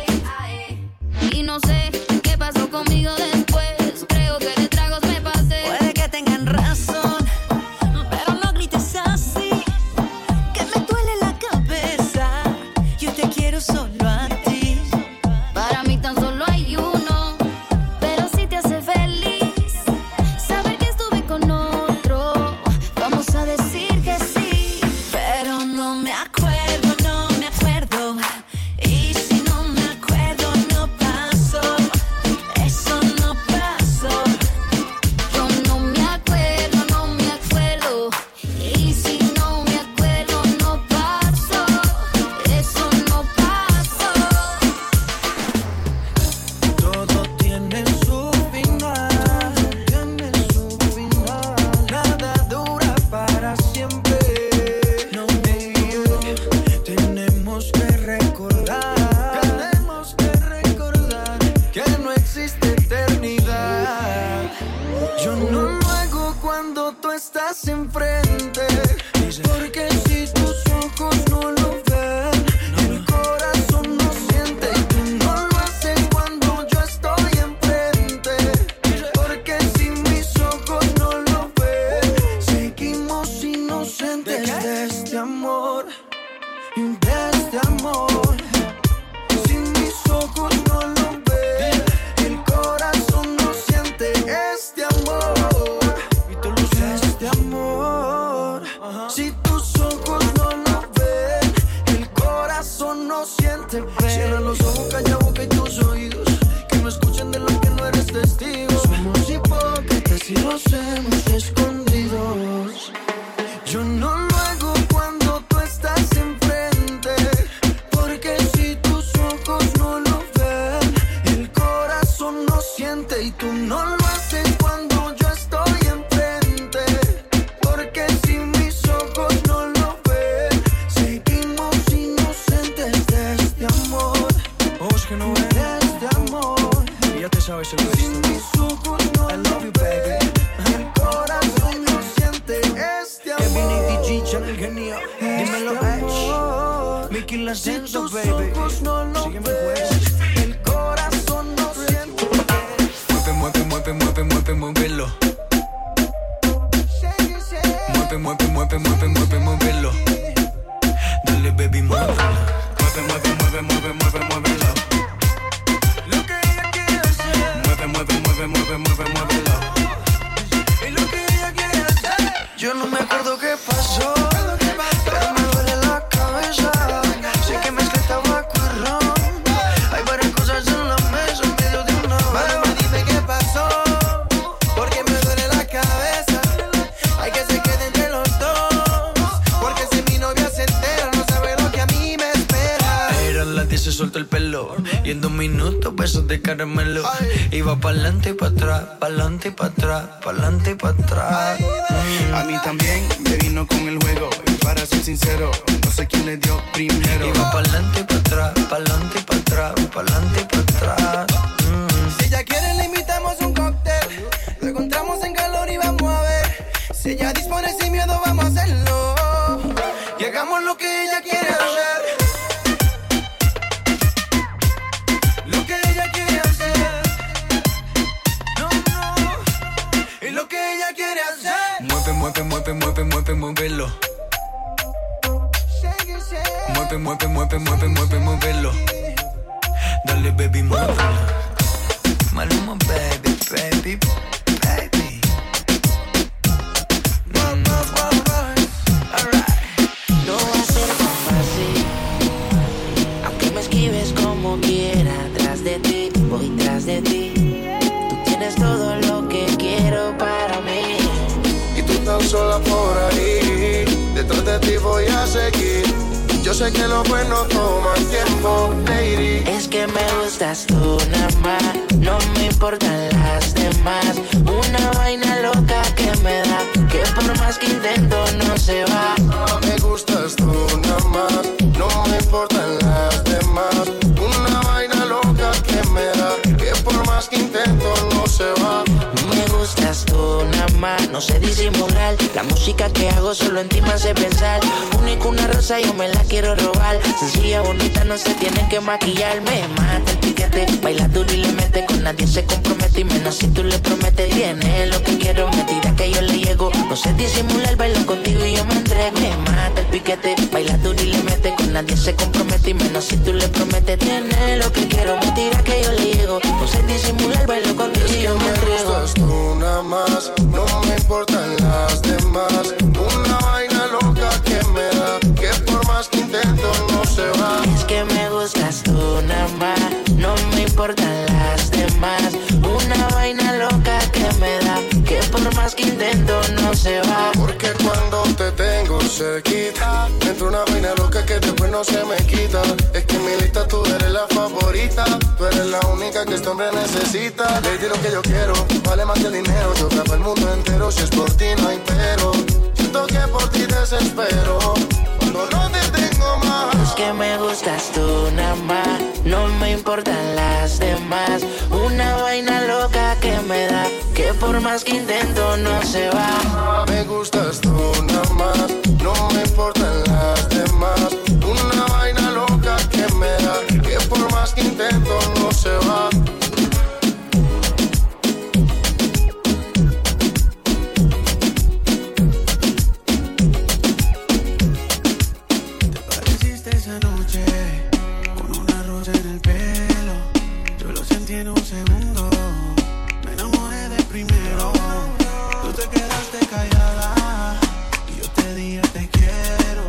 Y no sé qué pasó conmigo después, creo que de tragos me pasé. Puede que tengan razón, pero no grites así, que me duele la cabeza. Yo te quiero solo a ti. Para mí tan solo hay uno, pero si te hace feliz saber que estuve con otro, vamos a decir que sí. Pero no me acuerdo, no me acuerdo. Y si no me acuerdo, no pasó. Eso no pasó. Yo no me acuerdo, no me acuerdo. Y si no me acuerdo, no pasó. Eso no pasó. Todo tiene su final, tiene su final. Nada dura para siempre. No, tenemos que recordar, tenemos que recordar que no existe eternidad. Yo no lo hago cuando tú estás enfrente, porque si tus ojos no lo ven, el corazón no siente. Y tú no lo haces cuando yo estoy enfrente, porque si mis ojos no lo ven, seguimos inocentes de este amor, de este amor. Si mis ojos no lo ven, el corazón no siente este amor. Y tú lo sabes, este amor. Si tus ojos no lo ven, el corazón no siente. Cierra los ojos, calla boca y tus oídos, que no escuchen de lo que no eres testigo. Somos hipócritas y lo hacemos escondidos. Yo no lo hago cuando tú estás enfrente, porque si tus ojos no lo ven, el corazón no siente. Y tú no lo haces cuando yo estoy enfrente, porque si mis ojos no lo ven, seguimos inocentes de este amor. Ojos que no ven, de este amor. Y ya te sabes el resto. Si mis ojos no I love you, baby. El corazón no siente este amor. Kevin y D J, Channel Genio. Dímelo, Edge. Mickey Lacento, baby. Sígueme, pues. El corazón no siente. Mueve, mueve, mueve, mueve, mueve, muévelo. Mueve, mueve, mueve, mueve, mueve, muévelo. Dale, mueve, mueve, muévelo. Y lo que ella quiere hacer. Yo no me acuerdo qué pasó, pero me duele la cabeza. Sé que mezclé tabaco y ron. Hay varias cosas en la mesa en medio de una Mami, dime qué pasó, porque me duele la cabeza. Hay que se quede entre los dos, porque si mi novia se entera no sabe lo que a mí me espera. Era las diez, se soltó el pelo y en dos minutos besos de caramelo. Iba pa'lante y pa' atrás, pa'lante y pa' atrás, pa'lante y pa' atrás. Mm. A mí también me vino con el juego. Y para ser sincero, no sé quién le dio primero. Iba pa'lante y pa' atrás, pa'lante y pa' atrás, pa'lante y pa' atrás. Mm. Si ella quiere le invitamos un cóctel, lo encontramos en calor y vamos a ver. Si ella dispone sin miedo vamos a hacerlo. Y hagamos lo que ella quiere hacer. Lo que ella quiere hacer. No, no. Y lo que ella quiere hacer. Mueve, mueve, mueve, mueve, mueve, muévelo. Mueve, mueve, mueve, mueve, mueve, muévelo. Dale, baby, muévelo. Maluma, baby, baby, baby. Mm. No va a ser tan fácil, aunque me esquives como quiera. Tras de ti, voy tras de ti. Tú tienes todo lo que quiero para mí. Y tú tan sola por ahí, detrás de ti voy a seguir. Yo sé que lo bueno toma tiempo, lady. Es que me gustas tú nada más, no me importan las demás. Una vaina loca que me da, que por más que intento no se va. Me gustas tú nada más, no me importan las demás. Una vaina loca que me da, que por más que intento no se va. Me gustas tú nada más, no sé disimular. La música que hago solo en ti me hace pensar. Único una rosa yo me la quiero robar. Sencilla, bonita, no se tiene que maquillar. Me mata el piquete, baila duro y le mete. Con nadie se compromete y menos si tú le prometes. Tiene lo que quiero, me tira que yo le llego. No sé disimular, bailo contigo y yo me entrego. Me mata el piquete, baila duro y le mete. Con nadie se compromete y menos si tú le prometes. Tiene lo que quiero, me tira que yo le llego. No sé disimular, bailo contigo y yo me entrego. Me gustas tú nada más, no me importan las demás. Una vaina loca que me da, que por más que intento no se va. Es que me gustas tú nada más, no me importan las demás. Una vaina loca que me da, que por más que intento no se va. Porque cuando te tengo cerquita, me entra una vaina loca que después no se me quita. Es que en mi lista tú eres la favorita, tú eres la única que este hombre necesita. Le di lo que yo quiero, vale más que el dinero. Yo grabo el mundo entero, si es por ti no hay pero. Siento que por ti desespero, cuando no te tengo más. Es que me gustas tú nada más, no me importan las demás. Una vaina loca que me da, que por más que intento no se va. Me gustas tú nada más, no me importan las demás. Una vaina loca que me da, que por más que intento no se va. En un segundo me enamoré de primero. Tú te quedaste callada y yo te dije te quiero.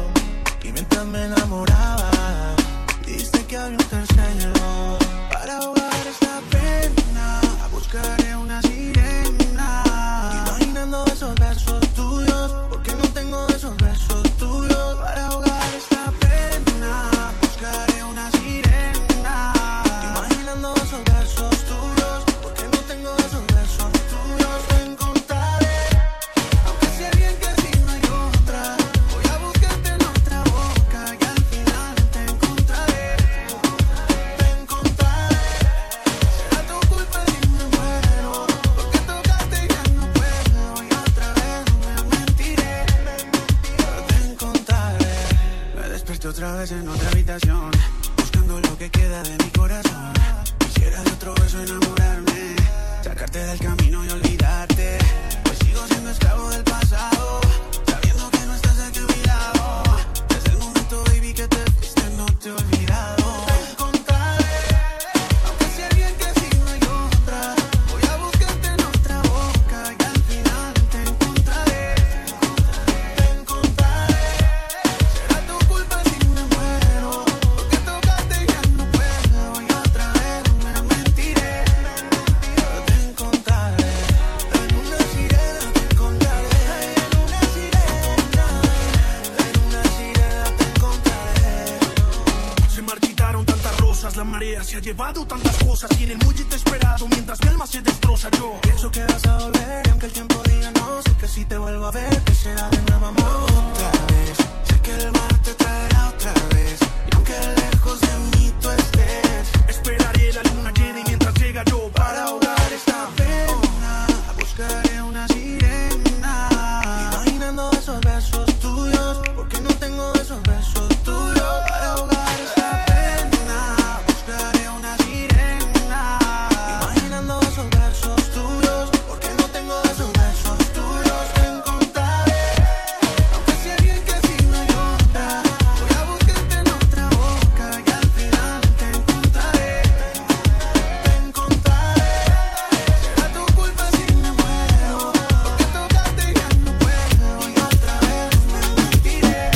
Tras la marea se ha llevado tantas cosas y en el muelle te he esperado mientras mi alma se destroza. Yo pienso que vas a volver y aunque el tiempo diga no, sé que si te vuelvo a ver que será de nuevo amor. Otra vez, sé que el mar te traerá otra vez y aunque lejos de mí tú estés, esperaré la luna llena y mientras llega yo para ahogar esta pena, buscaré una sirena, imaginando esos besos tuyos, porque no tengo esos besos tuyos para ahogar esta pena, buscaré una sirena, imaginando esos besos tuyos, porque no tengo esos besos tuyos, te encontraré, aunque sea alguien que si no hay otra, voy a buscarte en otra boca y al final te encontraré, te encontraré, será tu culpa si me muero, porque tocarte ya no puedo y otra vez me mentiré.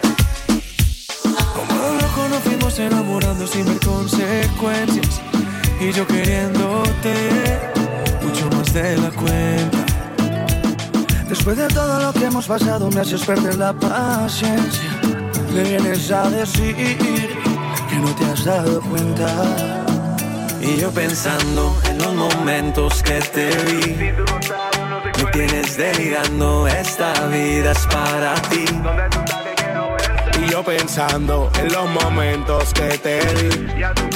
Como loco nos fuimos enamorando sin ver consecuencias y yo queriéndote mucho más de la cuenta. Después de todo lo que hemos pasado me haces perder la paciencia. Le vienes a decir que no te has dado cuenta. Y yo pensando en los momentos que te vi, me tienes delirando, esta vida es para ti. Y yo pensando en los momentos que te di,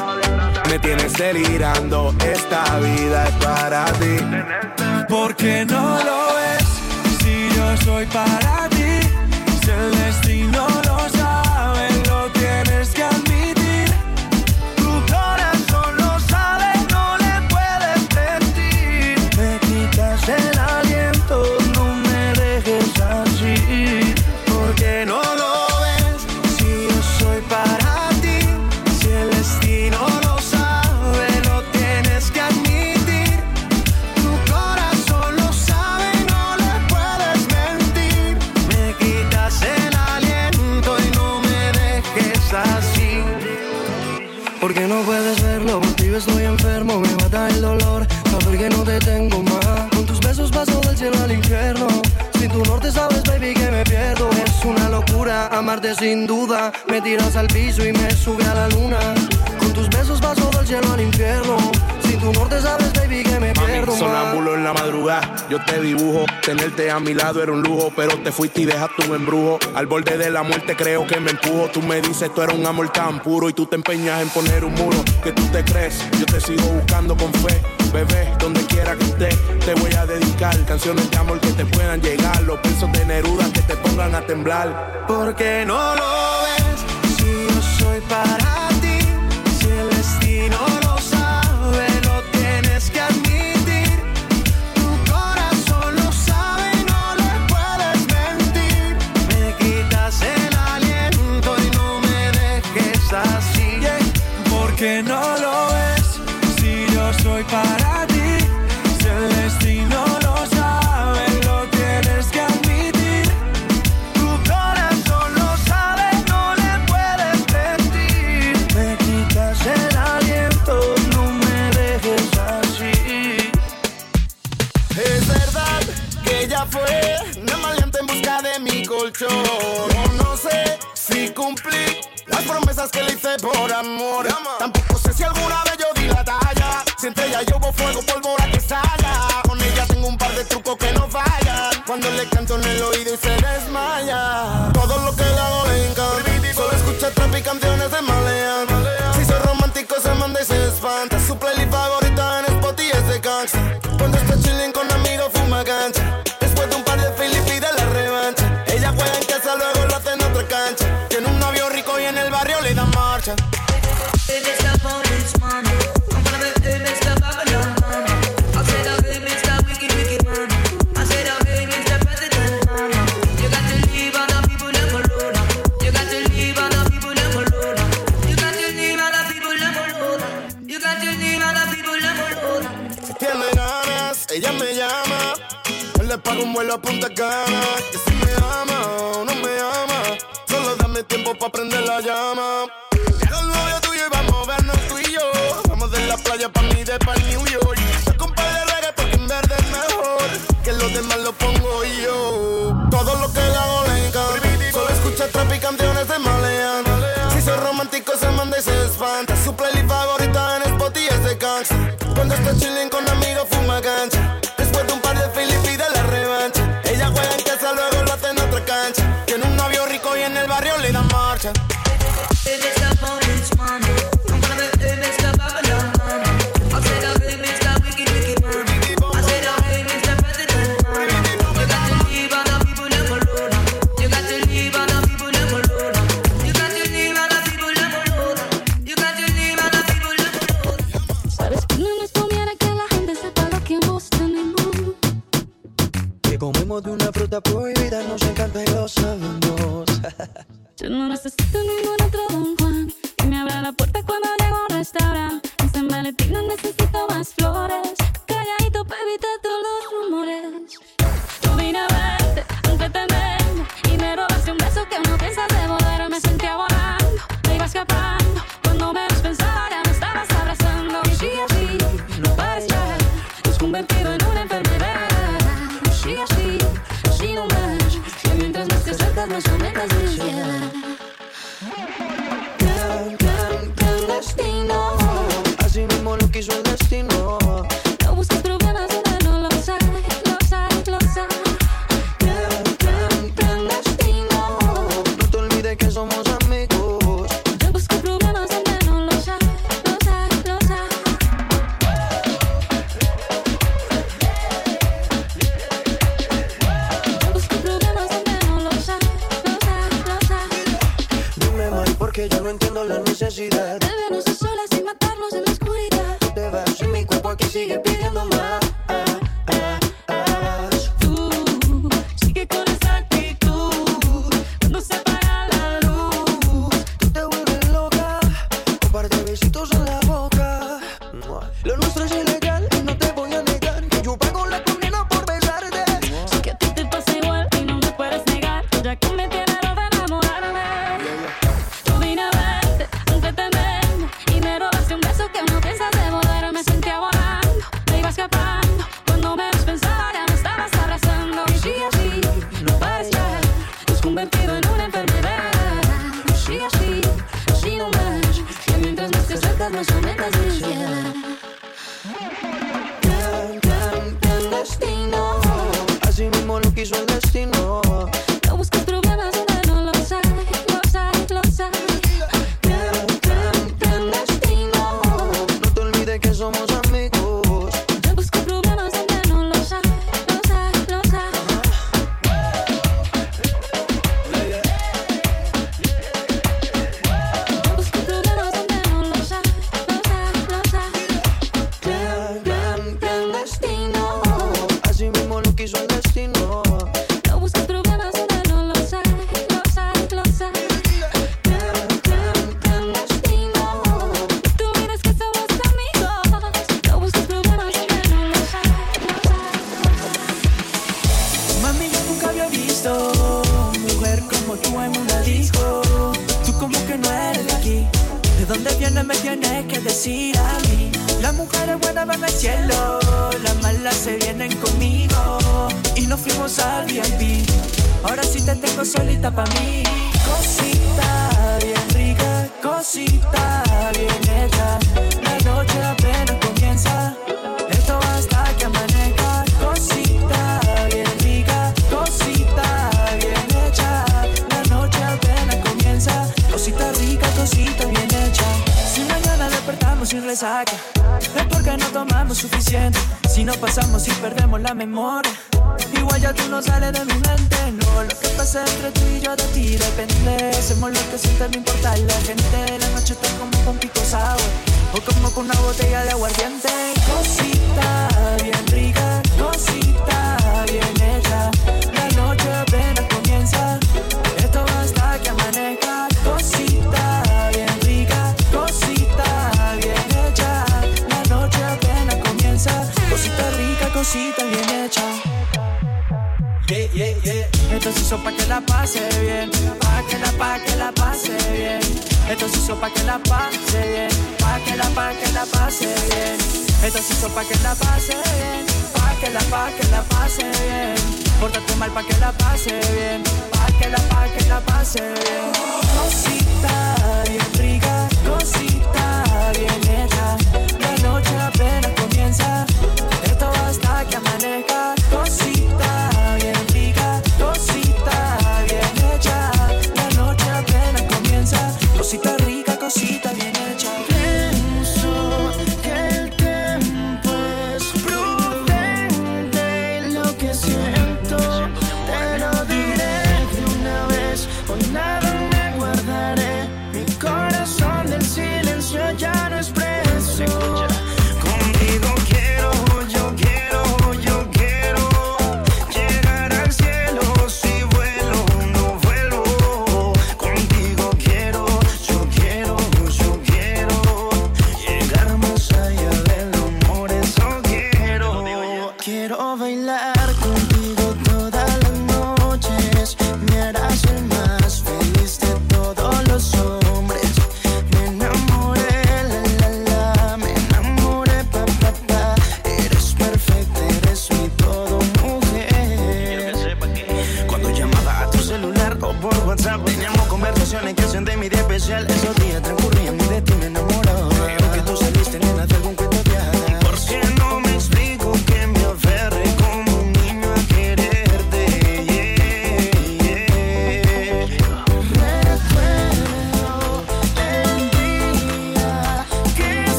me tienes delirando, esta vida es para ti. ¿Por qué no lo ves? Si yo soy para ti, si el destino lo sabe, lo tienes que admitir. Tu corazón lo sabe, no le puedes mentir. Me quitas el aliento, no me dejes así. ¿Por qué no lo ves? Si yo soy para ti, si el destino lo sabe, lo tienes que admitir. Tu corazón lo sabe, no le puedes mentir. Me quitas el aliento y no me dejes así. Porque no puedes verlo, contigo estoy enfermo, me mata el dolor, saber que no te tengo más. Con tus besos paso del cielo al infierno, sin tu norte sabes, baby, que me pierdo. Es una locura amarte sin duda, me tiras al piso y me sube a la luna. Con tus besos paso del cielo al infierno, sin tu norte sabes, baby, que me pierdo más. Sonámbulo en la madrugada, yo te dibujo. Tenerte a mi lado era un lujo, pero te fuiste y dejaste un embrujo. Al borde de la muerte creo que me empujo. Tú me dices, tú eres un amor tan puro y tú te empeñas en poner un muro. Que tú te crees, yo te sigo buscando con fe. Bebé, donde quiera que estés, te voy a dedicar canciones de amor que te puedan llegar. Los versos de Neruda que te pongan a temblar. ¿Por qué no lo ves? Si yo soy para ti, si el destino lo sabe, lo tienes que admitir. Tu corazón lo sabe, no le puedes mentir. Me quitas el aliento y no me dejes así. Yeah. ¿Por qué no lo ves? Si yo soy para ti, si el destino lo sabe, lo tienes que admitir. Tu corazón lo sabe, no le puedes mentir. Me quitas el aliento, no me dejes así. Es verdad que ella fue una maleante en busca de mi colchón. No, no sé si cumplí las promesas que le hice por amor. Tampoco sé si alguna vez yo di la talla. Si entre ella yo hubo fuego, pólvora que estalla. Con ella tengo un par de trucos que no fallan. Cuando le canto en el oído y se desmaya. Todo lo que le hago le encanta. Solo escucha trap y canciones de malean. Si soy romántico se manda y se espanta. Su playlist favorita en Spotify es de gangsta. Cuando está chilling con amigos fuma cancha. Después de un par de Philly pide la revancha. Ella juega en casa, luego lo hace en otra cancha. Tiene un novio rico y en el barrio le dan marcha. Tiene ganas, ella me llama. Yo le pago un vuelo a Punta Cana. Que si me ama o no me ama, solo dame tiempo pa' prender la llama. Deja el novio tuyo y vamos a vernos tú y yo. Vamos de la playa pa' mi depa en New York. Saco un par de reggae porque en verde es mejor. Que los demás lo pongo yo. Todo lo que le hago le encanta. Solo escucha trap y canciones de malean. Si soy romántico se manda y se espanta. Su playlist fruta prohibida nos encanta y lo sabemos. Yo no necesito ningún otro Don Juan que me abra la puerta cuando llego a un restaurante. En San Valentín no necesito más flores. Calladito para evitar todos los rumores. Tú vine a verte, aunque te vengo, y me robaste un beso que no piensas devolver. Me sentía volando, me iba escapando. Cuando menos pensaba ya me estabas abrazando. Y sigue así, no pares ya. Te has convertido en una enfermedad. Sigue así, así no más. Que mientras más te acercas más aumentas mi ansiedad. Plan, plan, clandestino. Así mismo lo quiso el destino. No busques problemas donde no los hay, los hay, los hay. Plan, plan, clandestino. No te olvides que somos amigos. Yo busco problemas donde no los hay, los hay, los hay. Yo busco problemas donde no los hay, los hay, los hay. Dime, Mari, porque yo no entiendo la necesidad de vernos a solas y matarnos en la oscuridad. Te vas y mi cuerpo aquí sigue pidiendo más. Tú sigue con esa actitud cuando se apaga la luz. Tú te vuelves loca, un par de besitos en la boca. Lo nuestro es ilegal y no te voy a negar que yo pago la condena por besarte. Sé que a ti te pasa igual y no me puedes negar, ya que me tienes lo de enamorarme. Tú vine a verte, aunque te vengo, y me robaste un beso que no piensas devolver. Me sentía volando, me iba escapando. Cuando menos pensaba ya me estabas abrazando. Y sigue así, no pares ya. Te has convertido en una enfermedad. Sigue así, así no más. Que mientras más te acercas más aumentas mi ansiedad. Plan, plan, clandestino. Así mismo lo quiso el destino. No busques problemas donde no los hay, los hay, los hay. Plan, plan, clandestino. No te olvides que somos amigos. Yo busco problemas donde no los hay, los hay, los hay. Yo busco problemas donde no los hay, los hay, los hay. Plan, plan, clandestino. Así mismo lo quiso el destino. No busques problemas donde no los hay, los hay, los hay. Plan, plan, clandestino. Tú miras que somos amigos. No busques problemas donde no los hay, los hay. Mami, yo nunca había visto mujer como tú en una disco. Tú como que no eres de aquí. ¿De dónde vienes? Me tienes que decir a mí. Las mujeres buenas van al cielo, las malas se vienen conmigo. Y nos fuimos al V I P. Ahora sí te tengo solita pa' mí. Cosita bien rica, cosita bien hecha. La noche apenas comienza, esto hasta que amanezca. Cosita bien rica, cosita bien hecha. La noche apenas comienza, cosita rica, cosita bien hecha. Si mañana despertamos sin resaca, es porque no tomamos suficiente. Si no pasamos y perdemos la memoria, igual ya tú no sales de mi mente. No, lo que pasa entre tú y yo de ti depende. Hacemos lo que siente, no importa la gente. La noche está como con pico sour o como con una botella de aguardiente. Cosita bien rica, cosita bien hecha. La noche apenas comienza, esto va hasta que amanezca. Cosita bien rica, cosita bien hecha. La noche apenas comienza, cosita rica, cosita bien hecha. Yeah, yeah, yeah. Esto se hizo pa' que la pase bien, pa' que la, pa' que la pase bien. Esto se hizo pa' que la pase bien, pa' que la, pa' que la pase bien. Esto se hizo pa' que la pase bien, pa' que la, pa' que la pase bien. Pórtate mal pa' que la pase bien, pa' que la, pa' que la pase bien. Cosita bien rica, cosita bien hecha. La noche apenas comienza, esto va hasta que amanezca. Cosita bien rica, cosita bien hecha. La noche apenas comienza, cosita rica, cosita bien hecha. Pienso que el tiempo es prudente y lo que siento te lo diré de una vez. Por nada me guardaré mi corazón.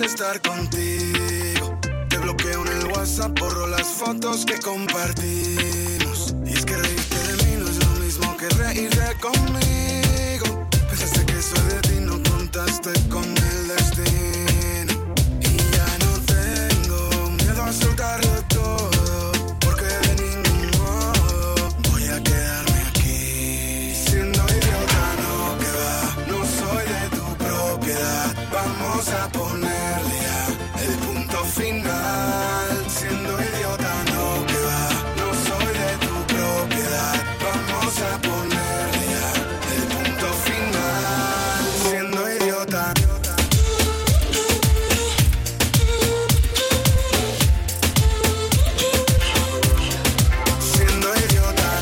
estar contigo. Te bloqueo en el WhatsApp, borro las fotos que compartimos. Y es que reírte de mí no es lo mismo que reírte conmigo. Pensaste que soy de ti, no contaste con el destino. Y ya no tengo miedo a soltarlo todo, porque de ningún modo voy a quedarme aquí. Siendo idiota no, que va, no soy de tu propiedad. Vamos a ponerle ya el punto final. Siendo idiota no, que va, no soy de tu propiedad. Vamos a ponerle ya el punto final. Siendo idiota. Siendo idiota.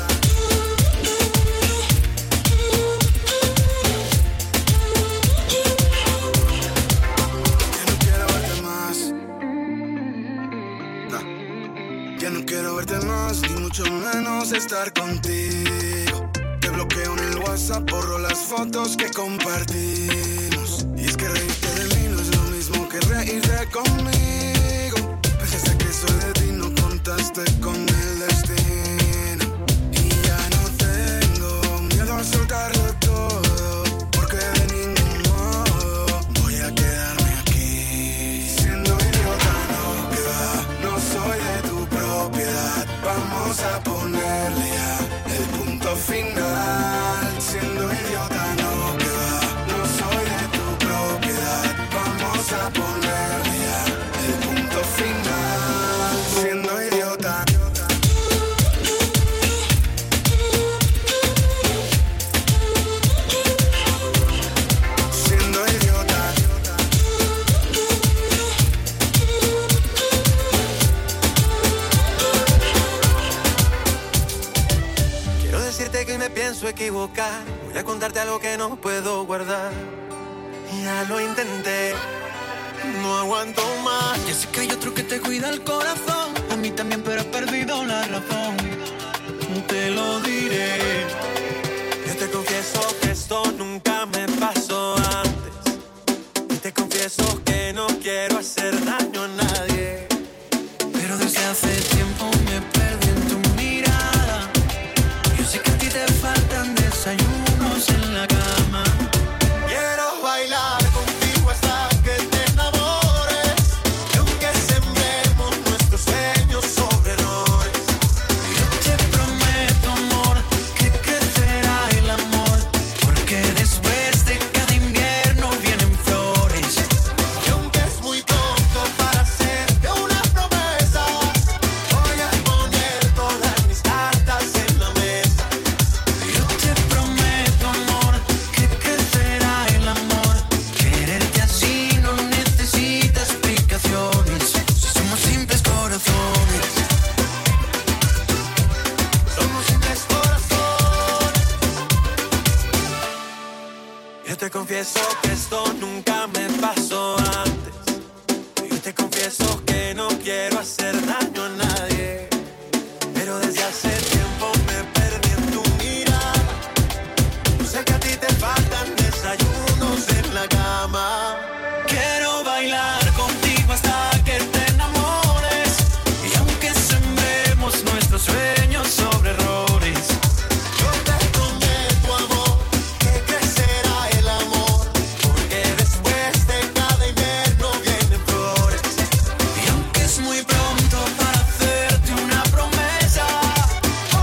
Ya no quiero verte más, ni mucho menos estar contigo. Te bloqueo en el WhatsApp, borro las fotos que compartimos. Y es que reírte de mí no es lo mismo que reírte conmigo. Pensaste que soy de ti, no contaste con el destino. Y ya no tengo miedo a soltarlo todo, porque de ningún modo voy a quedarme aquí. Siendo idiota no, que va, no soy de tu propiedad. Vamos a ponerle ya el punto final. Siendo idiota no, que va, no soy de tu propiedad. Vamos a ponerle ya el punto final. Siendo idiota. Siendo idiota. Quiero decirte que me pienso equivocar. Voy a contarte algo que no puedo guardar. Ya lo intenté, no aguanto más. Ya sé que hay otro que te cuida el corazón. A mí también, pero he perdido la razón. Te lo diré. Yo te confieso que esto nunca me pasó antes. Y te confieso que no quiero hacer daño a nadie. Pero desde hace tiempo me perdí en tu mirada. Yo sé que a ti te faltan desayunos en la cama. Quiero bailar contigo hasta que te enamores. Y aunque sembremos nuestros sueños sobre errores, Yo te prometo, amor, que crecerá el amor. Porque después de cada invierno vienen flores. y aunque es muy pronto para hacerte una promesa, voy a poner todas mis cartas en la mesa. Yo te prometo, amor, que crecerá el amor. Quererte así no necesita explicaciones. Somos simples corazones. Somos simples corazones. Yo te confieso que esto nunca me pasó antes. Yo te confieso que no quiero hacer daño a nadie. Pero desde hace tiempo me perdí en tu mirada. Yo sé que a ti te faltan desayunos en la cama. Quiero bailar contigo hasta que te enamores. Y aunque sembremos nuestros sueños sobre errores, Yo te prometo, amor, que crecerá el amor. Porque después de cada invierno vienen flores. y aunque es muy pronto para hacerte una promesa,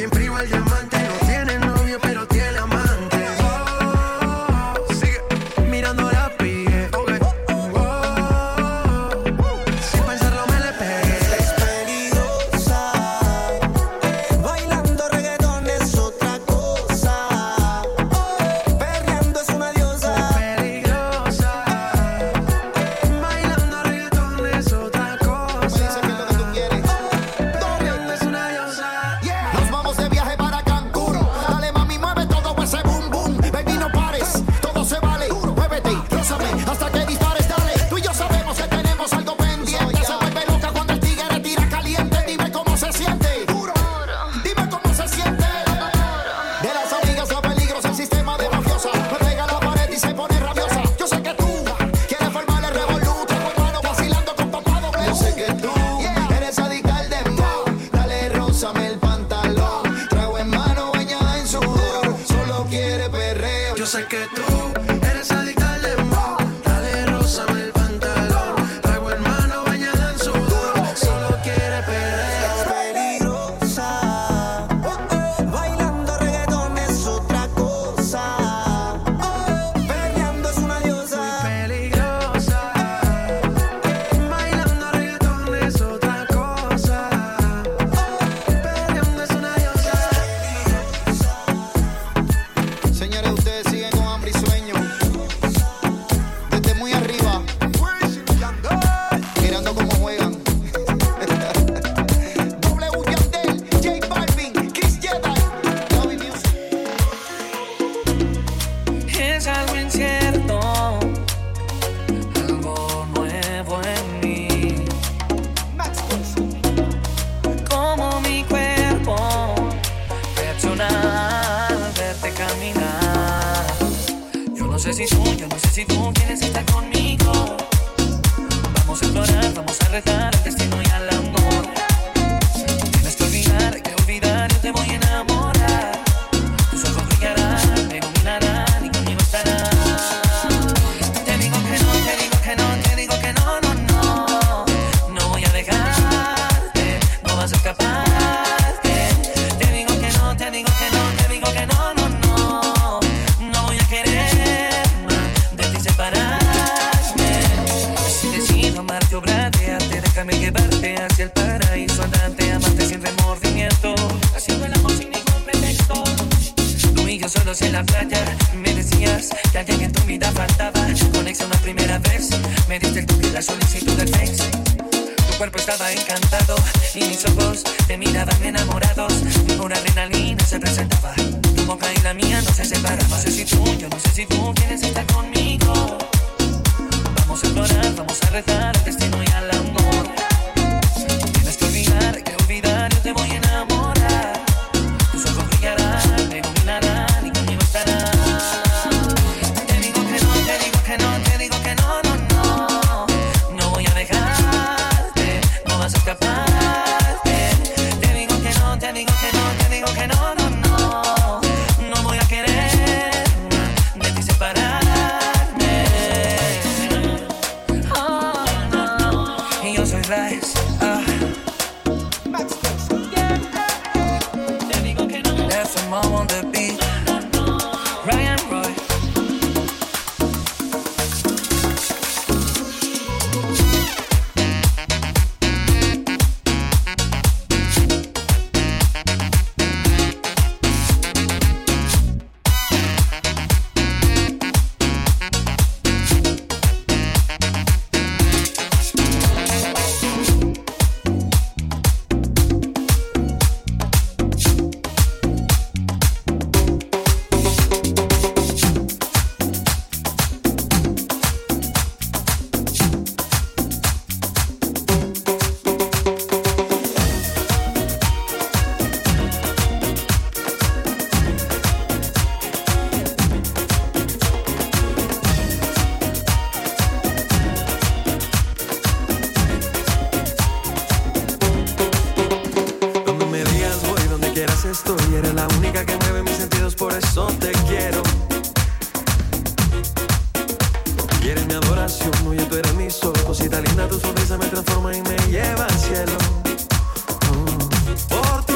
bien frío el diamante. No tiene novio, pero tiene amante. Oh, sigue mirando la pigue. Okay. Oh, sin pensarlo me le pegué. Es peligrosa. Bailando reggaetón es otra cosa. Perreando es una diosa. Peligrosa. Bailando reggaetón es otra cosa. Dice que es lo que tú quieres. Perreando es una diosa. Yeah. Nos vamos de viaje para Cancún. Dale mami, mueve todo ese boom boom. Baby, no pares, todo se vale. Muévete, rózame, hasta que dispares, dale. Tú y yo sabemos que tenemos algo pendiente. Se vuelve loca cuando el tigre tira caliente. Dime cómo se siente. Dime cómo se siente. De las amigas a peligros, el sistema de mafiosa. Me pega a la pared y se pone rabiosa. Yo sé que tú quieres formar el revolú. Trago hermano vacilando con papá doble. Yo sé que tú eres adicta al dembow. Dale, rózame el pantalón. Trago en mano bañada en sudor. Solo quiere perreo. Yo sé que tú eres adicta al dembow. Dale, rózame el pantalón. Trago hermano bañada en sudor. Solo quiere perreo. Peligrosa. Bailando reggaetón es otra cosa. Perreando es una diosa. Peligrosa. Bailando reggaetón es otra cosa. Perreando es una diosa. Señores, ustedes siguen con hambre y sueño. Desde muy arriba, mirando cómo juegan. W Yandel, J Balvin, Chris Jedi. Javi Music. Es algo incierto, algo nuevo en mí. Como mi cuerpo reacciona al verte caminar. Yo no sé si tú, yo no sé si tú quieres estar conmigo. Vamos a explorar, vamos a retar al destino y al amor. Tienes que olvidar, hay que olvidar, yo te voy a enamorar. Tus ojos brillarán, me iluminarán y conmigo estarás. Te digo que no, te digo que no, te digo que no, no, no. No voy a dejarte, no vas a escaparte. Te digo que no, te digo que no, te digo que no, no, no. No voy a querer más de ti separarme. Si decido amarte, obrarte, déjame llevarte hacia el paraíso andante, amarte sin remordimiento, haciendo el amor sin ningún pretexto. Tú y yo solos en la playa, me decías que alguien en tu vida faltaba. Conexión la primera vez, me diste el toque, la solicitud del Face. Tu cuerpo estaba encantado y mis ojos te miraban enamorados. Una adrenalina se presentaba, tu boca y la mía no se separaban. No sé si tú, yo no sé si tú quieres estar conmigo. Vamos a explorar, vamos a retar al destino y al amor. Tienes que olvidar, hay que olvidar, yo te voy a enamorar. Tus ojos brillarán, me iluminarán y conmigo estarás. Te digo que no, te digo que no, te digo que no, no, no. No voy a dejarte, no vas a escaparte. Te digo que no, te digo que no, te digo que no, no, no. No voy a querer de ti separarme. Oh, no. Y yo soy Rice, ah. Te digo que no. F M on the beat. Ryan Roy. estoy. Eres la única que mueve mis sentidos, por eso te quiero. Y eres mi adoración, oye, tú eres mi sol. Cosita linda, tu sonrisa me transforma y me lleva al cielo. Oh, por ti